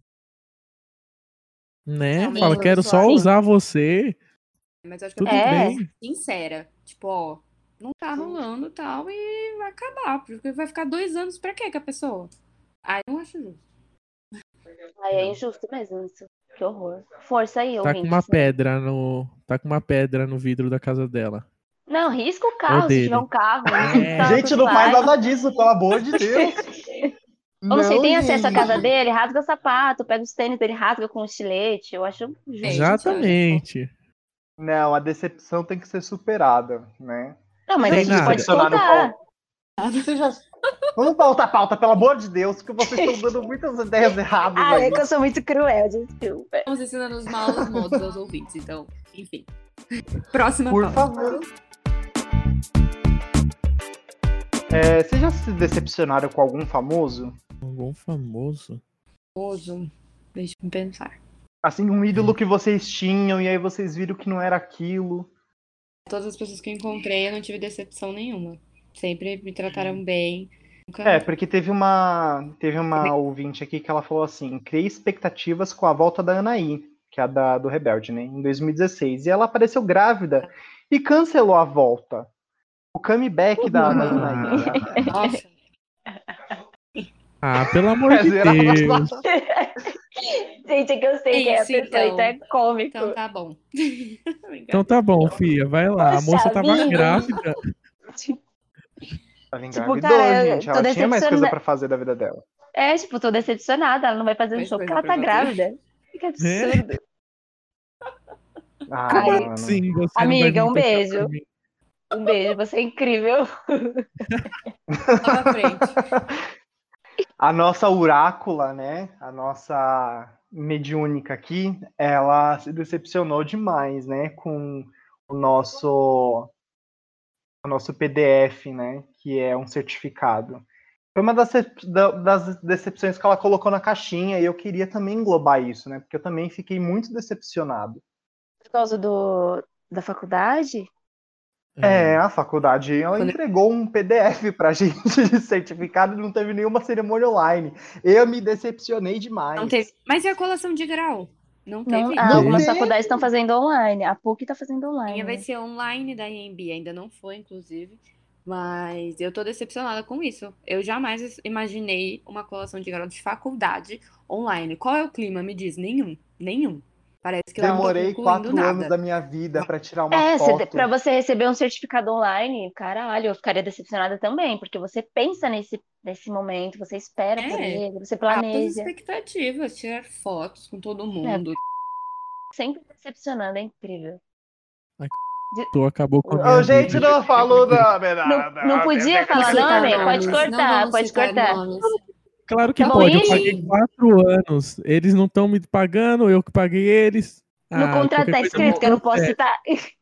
Né? Não, Fala, sim, quero só sim. usar você. Mas eu acho que a Tudo pessoa bem. sincera. Tipo, ó, não tá rolando e tal, e vai acabar. Porque vai ficar 2 anos pra quê com a pessoa? Aí eu não acho justo. Ai, é injusto mesmo isso. Que horror. Força aí, Tá com ouvinte. uma pedra no. Tá com uma pedra no vidro da casa dela. Não, risca o Ou carro se tiver dele. um carro. É. Gente, não faz nada disso, pelo amor de Deus. Ou não sei, tem gente. acesso à casa dele, rasga o sapato, pega os tênis dele, rasga com um estilete. Eu acho justo. Exatamente. Não, a decepção tem que ser superada, né? Não, mas a Tem gente nada. pode Decepcionaram contar. Vocês já... Vamos pautar a pauta, pelo amor de Deus, que vocês estão dando muitas ideias erradas Ah, aí. é que eu sou muito cruel, desculpa. Estamos ensinando os maus modos aos ouvintes, então, enfim. Próxima Por pauta. favor. Vocês já se decepcionaram com algum famoso? Algum famoso. Famoso. Deixa eu pensar. Assim, um ídolo que vocês tinham e aí vocês viram que não era aquilo. Todas as pessoas que eu encontrei, eu não tive decepção nenhuma. Sempre me trataram bem. Nunca... Porque teve uma ouvinte aqui que ela falou assim, criei expectativas com a volta da Anaí, que é a do Rebelde, né, em 2016. E ela apareceu grávida e cancelou a volta. O comeback da Anaí. Nossa. Ah, pelo amor de Deus. Gente, é que eu sei que é a Isso, pessoa, então. então é cômico. Então tá bom. Então tá bom, filha, vai lá. A Poxa moça tava vida. grávida. Ela Tipo, engravidou, cara, gente. tô Ela tinha mais coisa decepcionada. pra fazer da vida dela. É, tipo, tô decepcionada. Ela não vai fazer um Mais show porque coisa ela tá pra fazer. grávida. Que absurdo. Ah, Ai, mano. Sim, você amiga, não vai um vir tocar beijo. pra mim. Um beijo, você é incrível. Lá pra frente. A nossa orácula, né? A nossa mediúnica aqui, ela se decepcionou demais, né? Com o nosso PDF, né? Que é um certificado. Foi uma das decepções que ela colocou na caixinha e eu queria também englobar isso, né? Porque eu também fiquei muito decepcionado. Por causa da faculdade? A faculdade ela entregou um PDF pra gente de certificado e não teve nenhuma cerimônia online. Eu me decepcionei demais. Não teve. Mas e a colação de grau? Não Não, teve? algumas teve. faculdades estão fazendo online. A PUC tá fazendo A online. minha vai né? ser online da IMB, ainda não foi, inclusive. Mas eu tô decepcionada com isso. Eu jamais imaginei uma colação de grau de faculdade online. Qual é o clima? Me diz. Nenhum. Parece que eu não tô Demorei concluindo 4 anos nada. da minha vida pra tirar uma foto. Pra você receber um certificado online, caralho, eu ficaria decepcionada também, porque você pensa nesse momento, você espera por ele, você Altas planeja. expectativas, tirar fotos com todo mundo. Sempre decepcionando, é incrível. Tu acabou com a minha A gente vida. não falou nada. Não podia falar nome? Pode Não cortar, vamos pode citar cortar. nomes. Claro que Tá bom, pode. Eu e- paguei 4 anos. Eles não estão me pagando, eu que paguei eles. No contrato qualquer tá coisa escrito que eu não posso é. citar.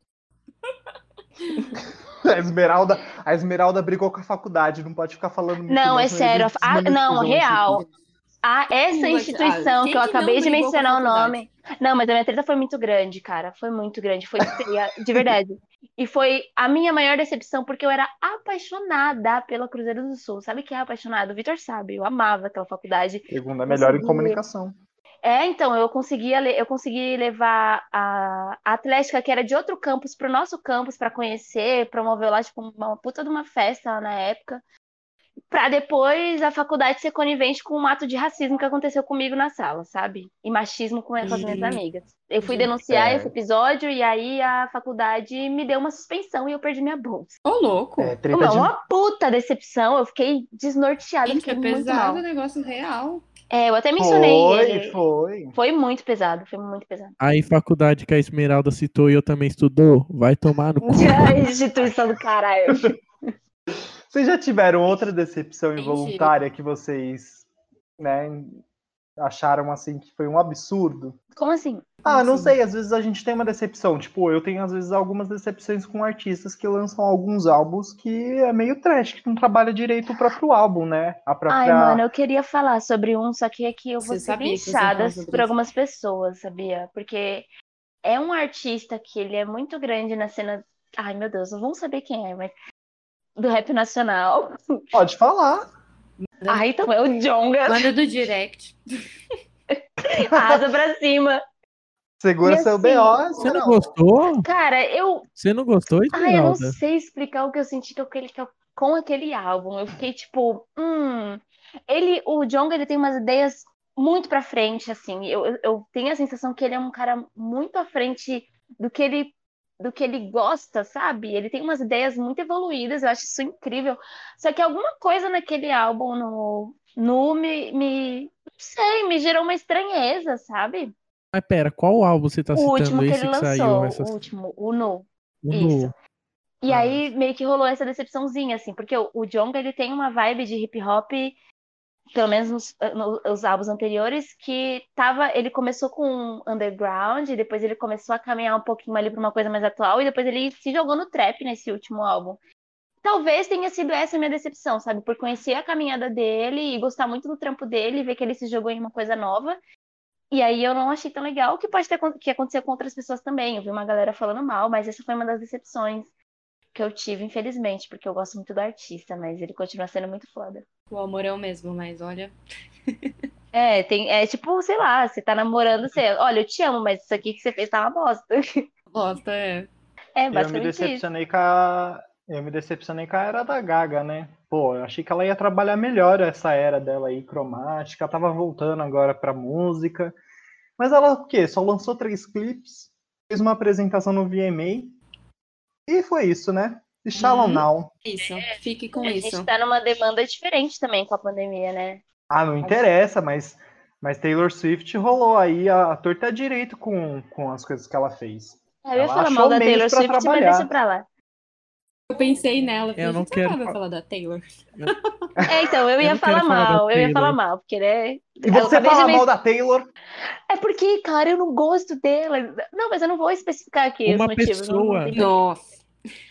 A Esmeralda brigou com a faculdade, não pode ficar falando muito Não, é senão eles sério. Não, desmonetizam isso real. aqui. Essa instituição quem que eu que acabei não de brigou com a mencionar o faculdade? nome. Não, mas a minha treta foi muito grande, cara. Foi muito grande, foi feia, de verdade. E foi a minha maior decepção, porque eu era apaixonada pela Cruzeiro do Sul. Sabe quem é apaixonado? O Vitor sabe, eu amava aquela faculdade. Segunda melhor em Consegui- comunicação. Então, eu consegui levar a Atlética, que era de outro campus, pro nosso campus para conhecer, promoveu lá, tipo, uma puta de uma festa lá na época. Pra depois a faculdade ser conivente com um ato de racismo que aconteceu comigo na sala, sabe? E machismo com as minhas amigas. Eu fui denunciar esse episódio e aí a faculdade me deu uma suspensão e eu perdi minha bolsa. Ô, louco. Treta de... Uma puta decepção, eu fiquei desnorteada, Gente, fiquei é muito pesado mal. o negócio real. Eu até mencionei ele. Foi. Foi muito pesado, foi muito pesado. Aí, faculdade que a Esmeralda citou e eu também estudou, vai tomar no cu. Instituição do caralho. Vocês já tiveram outra decepção Entendi. involuntária que vocês, né, acharam assim que foi um absurdo? Como assim? Não Assim. sei, às vezes a gente tem uma decepção. Tipo, eu tenho às vezes algumas decepções com artistas que lançam alguns álbuns que é meio trash, que não trabalha direito o próprio álbum, né? A própria... Ai, mano, eu queria falar sobre um, só que aqui eu vou Você ser sabia que você ia falar linchada sobre por isso. algumas pessoas, sabia? Porque é um artista que ele é muito grande na cena. Ai, meu Deus, não vão saber quem é, mas do rap nacional. Pode falar. Ai, então é o Djonga. Manda do direct. Arrasa pra cima. Segura E seu assim, BO. Você não gostou? Cara, Você não gostou, Ai, eu não Esmeralda? sei explicar o que eu senti com aquele álbum. Eu fiquei tipo, o Djonga, ele tem umas ideias muito pra frente, assim. Eu tenho a sensação que ele é um cara muito à frente do que ele gosta, sabe? Ele tem umas ideias muito evoluídas, eu acho isso incrível. Só que alguma coisa naquele álbum não sei, me gerou uma estranheza, sabe? Mas pera, qual álbum você tá O citando? último que Esse ele que saiu? lançou, Essa... o último, o Nu. O Isso. Nu. E aí meio que rolou essa decepçãozinha, assim, porque o Djonga, ele tem uma vibe de hip hop, pelo menos nos álbuns anteriores, ele começou com underground, e depois ele começou a caminhar um pouquinho ali pra uma coisa mais atual, e depois ele se jogou no trap nesse último álbum. Talvez tenha sido essa a minha decepção, sabe? Por conhecer a caminhada dele e gostar muito do trampo dele, e ver que ele se jogou em uma coisa nova. E aí eu não achei tão legal, que pode ter que acontecer com outras pessoas também. Eu vi uma galera falando mal, mas essa foi uma das decepções que eu tive, infelizmente, porque eu gosto muito do artista, mas ele continua sendo muito foda. O amor é o mesmo, mas olha. É tipo, sei lá, você tá namorando, olha, eu te amo, mas isso aqui que você fez tá uma bosta. Bosta, é. É Eu me basicamente isso. decepcionei com a era da Gaga, né? Pô, eu achei que ela ia trabalhar melhor essa era dela aí, cromática. Ela tava voltando agora pra música. Mas ela, o quê? Só lançou 3 clipes, fez uma apresentação no VMA. E foi isso, né? E Shallow Now. Isso, fique com A isso. gente tá numa demanda diferente também com a pandemia, né? Não interessa, mas Taylor Swift rolou aí a torta à direito com as coisas que ela fez. Eu ia Ela falar achou mal da meios Taylor pra Swift, mas trabalhar. deixa pra lá. Eu pensei nela, Eu não você quero vai falar da Taylor. Então, eu ia não falar quero falar da mal, eu ia Taylor. falar mal, porque, né? E você fala mal da Taylor? É porque, cara, eu não gosto dela. Não, mas eu não vou especificar aqui os Uma motivos. não pessoa- tem- Nossa.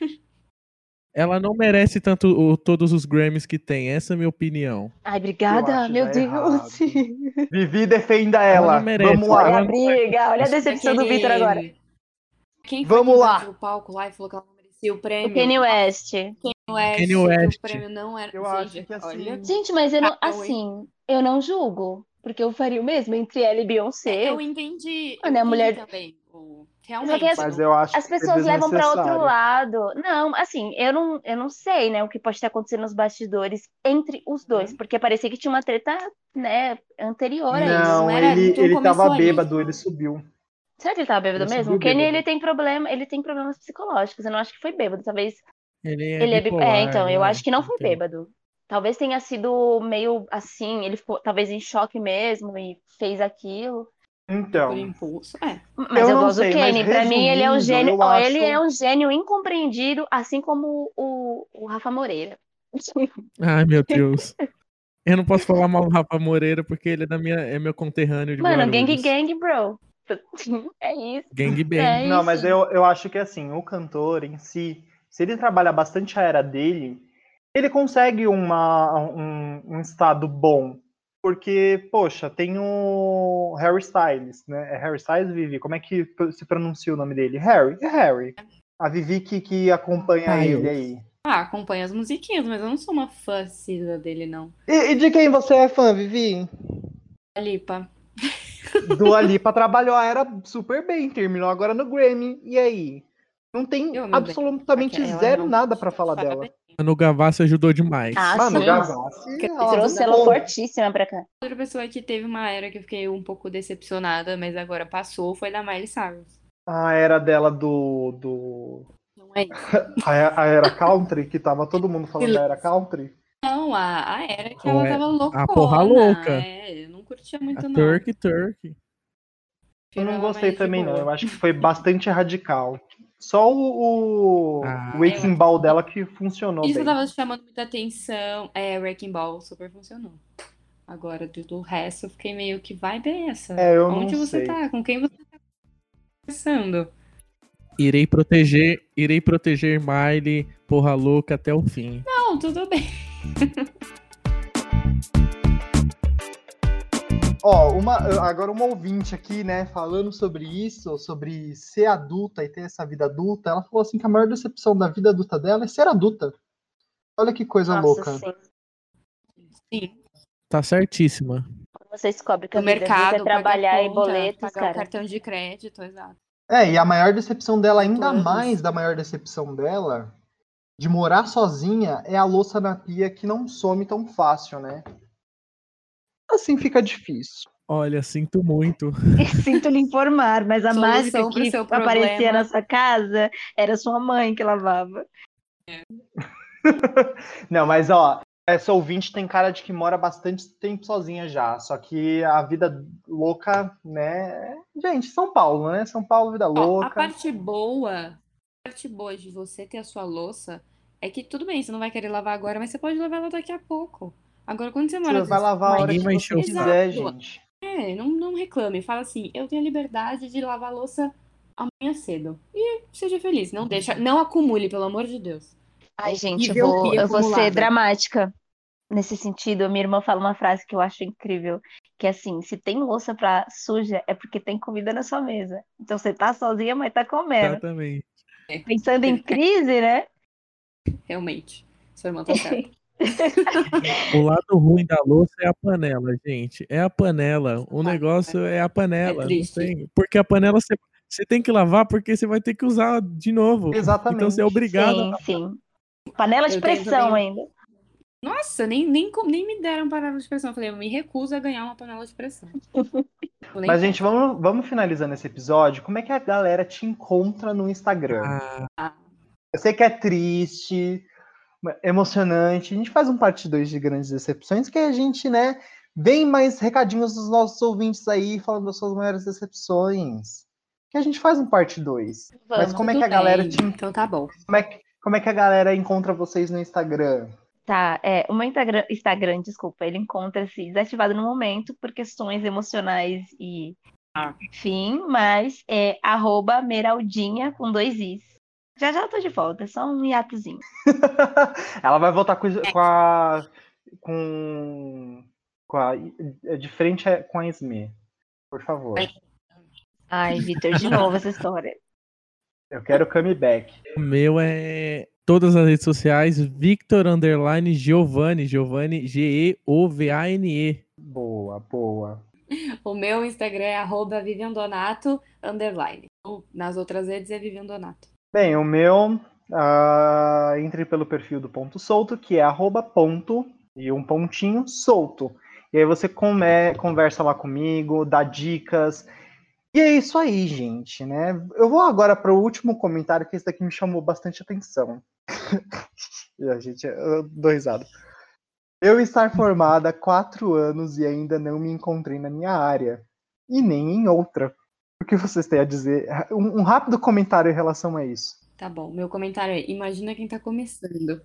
Ela não merece tanto todos os Grammys que tem. Essa é a minha opinião. Ai, Eu obrigada, acho meu já Deus. errado. Vivi, defenda Ela ela. não merece. Vamos lá. Olha a Ela não briga, olha a decepção do Vitor agora. Quem foi Vamos que lá. invadiu o palco lá e falou que ela não merecia o O prêmio? Kanye West. Kanye West. Que o prêmio não era. Eu acho que assim- Olha, Gente, mas eu não, Ah, não, hein? assim, eu não julgo. Porque eu faria o mesmo entre ela e Beyoncé. eu entendi. Mano, a mulher- Também. Só Realmente. que assim, Mas eu acho as que é pessoas levam pra outro desnecessário. lado. Não, assim, eu não sei, né, o que pode ter acontecido nos bastidores entre os dois. Porque parecia que tinha uma treta, né, anterior a isso. Não, era- ele não tava começou ali. bêbado, ele subiu. Será que ele tava bêbado Ele mesmo? subiu O Kenny, bêbado. ele tem problemas psicológicos. Eu não acho que foi bêbado. Talvez Ele é bipolar. então, eu acho que não foi Tem. bêbado. Talvez tenha sido meio assim, ele ficou talvez em choque mesmo e fez aquilo. Por Então, impulso. Mas Eu eu não gosto do sei, mas Kenny. Pra mim, ele é um resumindo, gênio. eu Ó, acho- ele é um gênio incompreendido, assim como o Rafa Moreira. Ai, meu Deus. Eu não posso falar mal do Rafa Moreira porque ele é meu conterrâneo de Mano, Guarulhos. gang, bro. É isso. Gang bang. É não, isso. mas eu acho que assim, o cantor em si, se ele trabalha bastante a era dele, ele consegue um estado bom. Porque, poxa, tem o Harry Styles, né? É Harry Styles, Vivi? Como é que se pronuncia o nome dele? Harry? É Harry. A Vivi que acompanha Styles. ele aí. Acompanho as musiquinhas, mas eu não sou uma fã assídua dele, não. E de quem você é fã, Vivi? A Lipa. Dua Lipa trabalhou a era super bem, terminou agora no Grammy. E aí? Não tem Eu, meu bem, absolutamente ela zero é um- nada pra falar dela. No Gavassi ajudou demais. Ah, Mano, sim. Gavassi, Trouxe ela fortíssima pra cá. Outra pessoa que teve uma era que eu fiquei um pouco decepcionada, mas agora passou, foi da Miley Cyrus. a era dela do Não é isso. a era country, que tava todo mundo falando da era country. Não, a era que ela Ué, tava loucona. a porra louca. Eu não curtia muito, A não. Turk. Eu não Ela gostei mais de também, não. boa. Eu acho que foi bastante radical. Só o Ah, Wrecking Ball dela que funcionou Isso bem. tava chamando muita atenção. Wrecking Ball super funcionou. Agora, do resto, eu fiquei meio que vibe é essa? Eu Onde não você sei. tá? Com quem você tá conversando? irei proteger Miley, porra louca, até o fim. Não, tudo bem. Agora uma ouvinte aqui, né, falando sobre isso, sobre ser adulta e ter essa vida adulta, ela falou assim que a maior decepção da vida adulta dela é ser adulta. Olha que coisa Nossa, louca. sim. Sim. Tá certíssima. Quando você descobre que a No vida adulta é mercado, trabalhar pagar e conta, boletos, pagar o cara. cartão de crédito, exato. E a maior decepção dela, Os ainda planos. mais da maior decepção dela, de morar sozinha, é a louça na pia que não some tão fácil, né? Assim fica difícil. Olha, sinto muito. Sinto lhe informar, mas a mágica Solução pro que seu aparecia problema. na sua casa era sua mãe que lavava. Não, mas essa ouvinte tem cara de que mora bastante tempo sozinha já. Só que a vida louca, né? Gente, São Paulo, né? São Paulo, vida Ó, a louca. parte boa de você ter a sua louça é que tudo bem, você não vai querer lavar agora, mas você pode lavar ela daqui a pouco. Agora, quando você mora Você vai lavar a hora Ninguém que vai você encher o quiser, Exato. gente. Não reclame. Fala assim, eu tenho a liberdade de lavar a louça amanhã cedo. E seja feliz. Não acumule, pelo amor de Deus. Ai, gente, eu Horrível pia vou ser acumulada. dramática nesse sentido. A minha irmã fala uma frase que eu acho incrível, que é assim, se tem louça pra suja, é porque tem comida na sua mesa. Então você tá sozinha, mas tá comendo. Exatamente. Pensando em crise, né? Realmente. Sua irmã tá certa. O lado ruim da louça é a panela, gente. É a panela. O negócio é a panela. É Não triste. tem. Porque a panela você tem que lavar porque você vai ter que usar de novo. Exatamente. Então você é obrigado a Sim. Panela de Eu tenho pressão também- ainda. Nossa, nem me deram panela de pressão. Eu falei, eu me recuso a ganhar uma panela de pressão. Eu nem Mas, quero. gente, vamos finalizando esse episódio. Como é que a galera te encontra no Instagram? Eu sei que é triste, emocionante. A gente faz um parte 2 de grandes decepções, que a gente, né, vem mais recadinhos dos nossos ouvintes aí, falando das suas maiores decepções. Que a gente faz um parte 2. Mas Vamos. como é que Tudo a galera bem. Então tá bom. como é que a galera encontra vocês no Instagram? Tá, o meu Instagram, desculpa, ele encontra-se desativado no momento por questões emocionais e enfim, mas é @meraldinha com 2 is. Já já eu tô de volta, é só um hiatozinho. Ela vai voltar de frente com a Esme, por favor. Ai, Vitor, de novo essa história. Eu quero comeback. O meu é todas as redes sociais, Victor_Giovanni, Giovanni Geovane. Boa, boa. O meu Instagram é @viviandonato_. Nas outras redes é Vivian Donato. Bem, o meu, entre pelo perfil do Ponto Solto, que é @ponto e um pontinho solto. E aí você conversa lá comigo, dá dicas. E é isso aí, gente, né? Eu vou agora para o último comentário, que esse daqui me chamou bastante atenção. Gente, eu dou risada. Eu estar formada há 4 anos e ainda não me encontrei na minha área. E nem em outra. O que vocês têm a dizer? Um rápido comentário em relação a isso. Tá bom. Meu comentário é: imagina quem tá começando.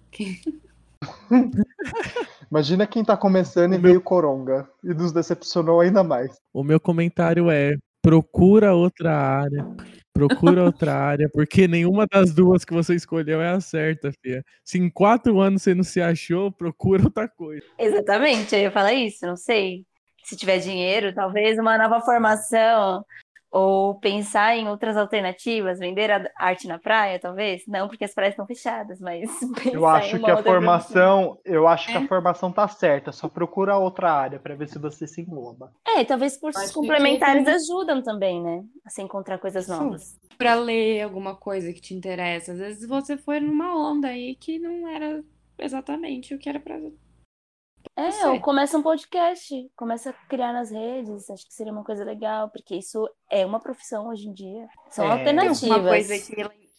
Imagina quem tá começando e veio coronga. E nos decepcionou ainda mais. O meu comentário é: procura outra área. Procura outra área, porque nenhuma das duas que você escolheu é a certa, filha. Se em 4 anos você não se achou, procura outra coisa. Exatamente, eu ia falar isso, não sei. Se tiver dinheiro, talvez uma nova formação, ou pensar em outras alternativas, vender a arte na praia, talvez. Não, porque as praias estão fechadas, mas pensar Eu acho em que uma a outra profissão. formação tá certa. Só procura outra área para ver se você se engloba. Talvez cursos Acho que complementares tem- ajudam também, né? A se encontrar coisas Isso. novas. Pra ler alguma coisa que te interessa. Às vezes você foi numa onda aí que não era exatamente o que era pra. Ou começa um podcast, começa a criar nas redes, acho que seria uma coisa legal, porque isso é uma profissão hoje em dia. São É. Tem alternativas. alguma coisa que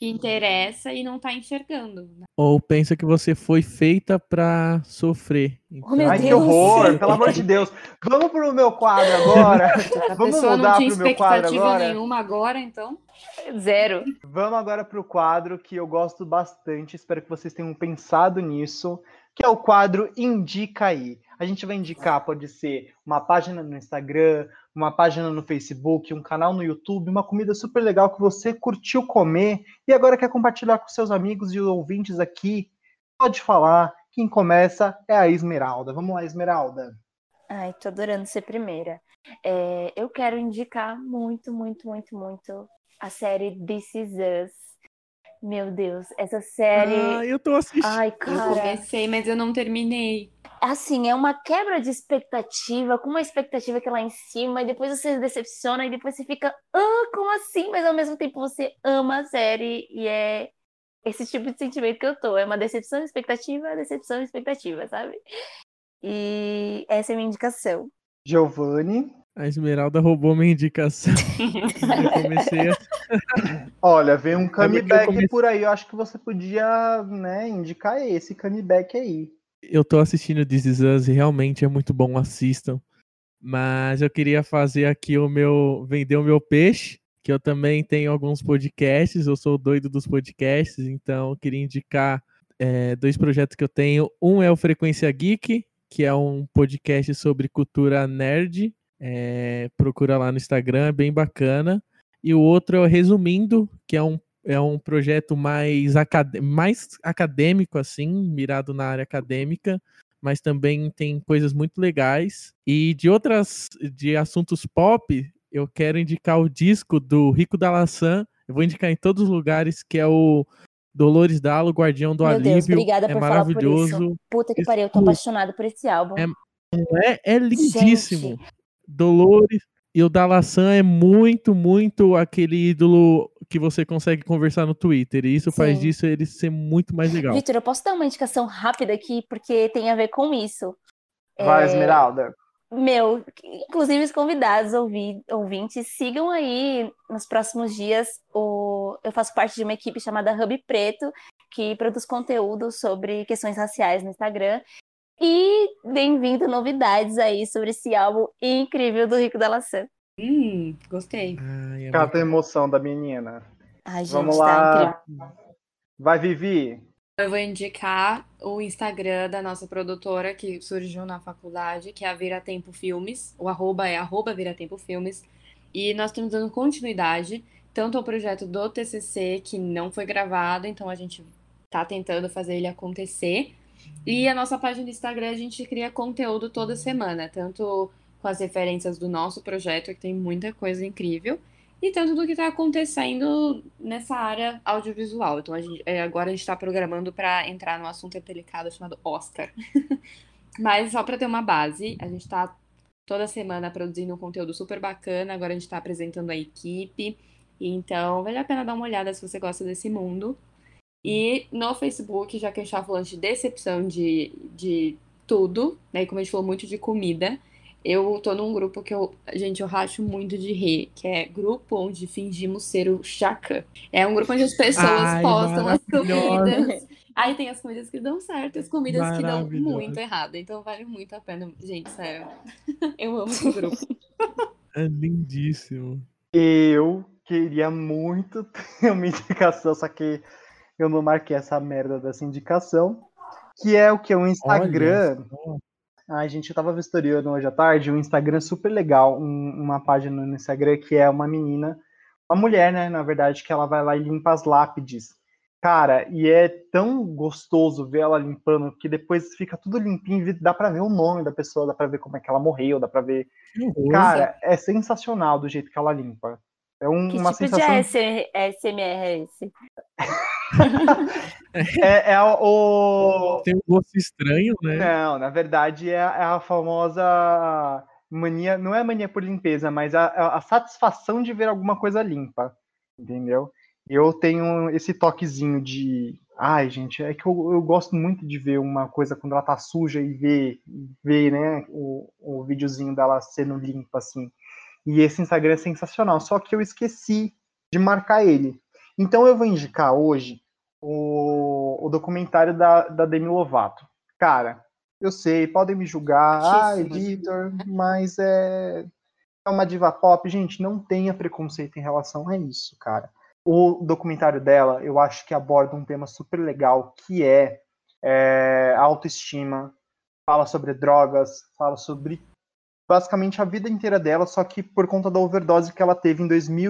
que interessa e não tá enxergando, né? Ou pensa que você foi feita pra sofrer. Oh, meu Ai, que Deus. horror, pelo amor de Deus. Vamos pro meu quadro agora. A Vamos pessoa não mudar tinha pro meu quadro expectativa agora? nenhuma agora, então. Zero. Vamos agora pro quadro que eu gosto bastante, espero que vocês tenham pensado nisso, que é o quadro Indica Aí. A gente vai indicar, pode ser uma página no Instagram, uma página no Facebook, um canal no YouTube, uma comida super legal que você curtiu comer e agora quer compartilhar com seus amigos e ouvintes aqui. Pode falar. Quem começa é a Esmeralda. Vamos lá, Esmeralda. Ai, tô adorando ser primeira. Eu quero indicar muito, muito, muito, muito a série This Is Us. Meu Deus, essa série. Eu tô assistindo. Ai, Eu cara. comecei, mas eu não terminei. Assim, é uma quebra de expectativa, com uma expectativa que é lá em cima, e depois você se decepciona, e depois você fica, como assim? Mas ao mesmo tempo você ama a série, e é esse tipo de sentimento que eu tô. É uma decepção, expectativa, sabe? E essa é a minha indicação. Giovanni. A Esmeralda roubou minha indicação. Eu comecei a... Olha, vem um porque eu comeback comecei- por aí. Eu acho que você podia, né, indicar esse comeback aí. Eu tô assistindo This Is Us e realmente é muito bom, assistam. Mas eu queria fazer aqui vender o meu peixe, que eu também tenho alguns podcasts, eu sou o doido dos podcasts, então eu queria indicar 2 projetos que eu tenho. Um é o Frequência Geek, que é um podcast sobre cultura nerd, procura lá no Instagram, é bem bacana. E o outro é o Resumindo, que é um projeto mais acadêmico, assim, mirado na área acadêmica, mas também tem coisas muito legais. E de assuntos pop, eu quero indicar o disco do Rico da Laçã, eu vou indicar em todos os lugares, que é o Dolores Dalo, Guardião do Meu Alívio. Deus, obrigada É por falar por maravilhoso. isso. Puta que pariu, eu tô apaixonada por esse álbum. É lindíssimo. Gente. Dolores e o da Laçã é muito, muito aquele ídolo que você consegue conversar no Twitter. E isso faz Sim. disso ele ser muito mais legal. Vitor, eu posso dar uma indicação rápida aqui, porque tem a ver com isso. Vai, Esmeralda. Inclusive os convidados, ouvintes, sigam aí nos próximos dias. Eu faço parte de uma equipe chamada Hub Preto, que produz conteúdo sobre questões raciais no Instagram. E bem-vindo novidades aí sobre esse álbum incrível do Rico da Laçã. Gostei. Ai, Cata a emoção da menina. Ai, gente, Vamos tá lá. incrível. Vai, Vivi. Eu vou indicar o Instagram da nossa produtora que surgiu na faculdade, que é a Viratempo Filmes. O arroba é @Viratempo Filmes. E nós estamos dando continuidade tanto ao projeto do TCC, que não foi gravado, então a gente tá tentando fazer ele acontecer. E a nossa página do Instagram, a gente cria conteúdo toda semana, tanto com as referências do nosso projeto, que tem muita coisa incrível, e tanto do que está acontecendo nessa área audiovisual. Então, agora a gente está programando para entrar num assunto delicado chamado Oscar. Mas só para ter uma base, a gente está toda semana produzindo um conteúdo super bacana, agora a gente está apresentando a equipe, então vale a pena dar uma olhada se você gosta desse mundo. E no Facebook, já que a gente tava falando de decepção de tudo, né? E como a gente falou muito de comida, eu tô num grupo que eu racho muito de rir, que é grupo onde fingimos ser o Chacã. É um grupo onde as pessoas postam as comidas. Aí tem as comidas que dão certo e as comidas que dão muito errado. Então vale muito a pena. Gente, sério. Eu amo esse grupo. É lindíssimo. Eu queria muito ter uma indicação, só que eu não marquei essa merda dessa indicação, que é o que? Um Instagram. Ai, gente, eu tava vistoriando hoje à tarde um Instagram super legal, uma página no Instagram que é uma menina, uma mulher, né, na verdade, que ela vai lá e limpa as lápides. Cara, e é tão gostoso ver ela limpando, que depois fica tudo limpinho, dá pra ver o nome da pessoa, dá pra ver como é que ela morreu, dá pra ver... Cara, é sensacional do jeito que ela limpa. É Que uma tipo sensação... de ASMR é esse? Tem um gosto estranho, né? Não, na verdade é a famosa mania, não é mania por limpeza, mas a satisfação de ver alguma coisa limpa, entendeu? Eu tenho esse toquezinho de... Ai, gente, é que eu gosto muito de ver uma coisa quando ela tá suja e ver, né, o videozinho dela sendo limpa, assim. E esse Instagram é sensacional, só que eu esqueci de marcar ele. Então eu vou indicar hoje o documentário da Demi Lovato. Cara, eu sei, podem me julgar, Vitor, mas é uma diva pop. Gente, não tenha preconceito em relação a isso, cara. O documentário dela, eu acho que aborda um tema super legal, que é autoestima, fala sobre drogas, fala sobre basicamente a vida inteira dela, só que por conta da overdose que ela teve em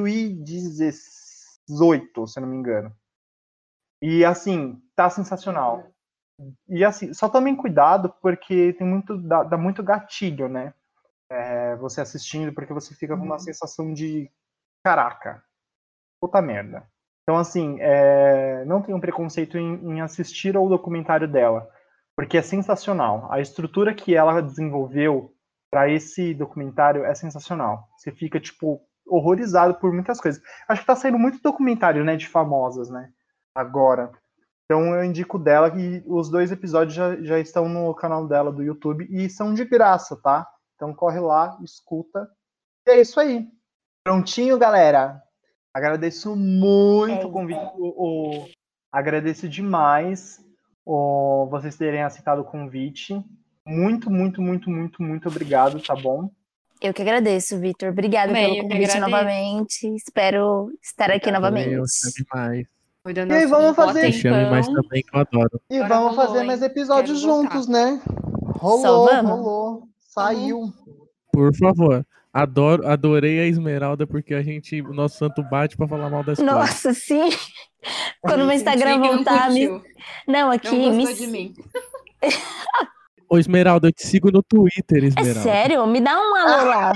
2018, se eu não me engano. E assim, tá sensacional. E assim, só tomem cuidado, porque tem dá muito gatilho, né? Você assistindo, porque você fica com uma sensação de caraca, puta merda. Então assim, não tenham preconceito em assistir ao documentário dela, porque é sensacional. A estrutura que ela desenvolveu para esse documentário é sensacional. Você fica, tipo, horrorizado por muitas coisas. Acho que tá saindo muito documentário, né, de famosas, né, agora. Então eu indico dela, e os 2 episódios já estão no canal dela do YouTube e são de graça, tá? Então corre lá, escuta. E é isso aí. Prontinho, galera? Agradeço muito o convite. Agradeço demais vocês terem aceitado o convite. Muito, muito, muito, muito, muito obrigado, tá bom? Eu que agradeço, Vitor. Obrigada pelo convite novamente. Espero estar aqui novamente. Eu chame mais. E aí, vamos fazer. Chame mais também, que eu adoro. E vamos fazer mais episódios juntos, né? Rolou. Saiu. Por favor. Adorei a Esmeralda, porque o nosso santo bate pra falar mal das coisas. Nossa, sim. Quando o meu Instagram voltar... Não, aqui... Não gostou de mim. Ô, Esmeralda, eu te sigo no Twitter, Esmeralda. É sério? Me dá um alô lá.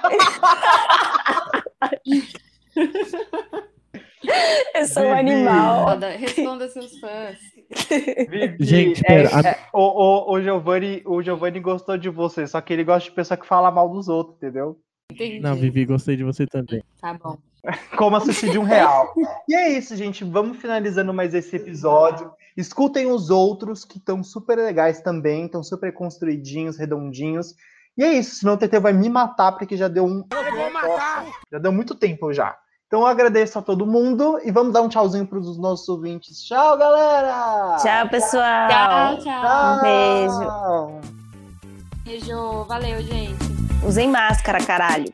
Eu sou um animal. Responda seus fãs. Vivi, gente, pera. O Giovanni gostou de você, só que ele gosta de pessoa que fala mal dos outros, entendeu? Entendi. Não, Vivi, gostei de você também. Tá bom. Como assistir de um real. E é isso, gente. Vamos finalizando mais esse episódio. Escutem os outros, que estão super legais também, estão super construidinhos, redondinhos. E é isso, senão o TT vai me matar, porque já deu Eu vou matar! Já deu muito tempo já. Então eu agradeço a todo mundo e vamos dar um tchauzinho para os nossos ouvintes. Tchau, galera! Tchau, pessoal! Tchau. Um beijo! Beijo, valeu, gente. Usem máscara, caralho!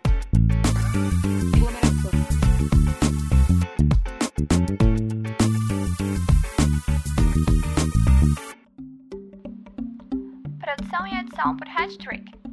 Produção e edição por Hattrick.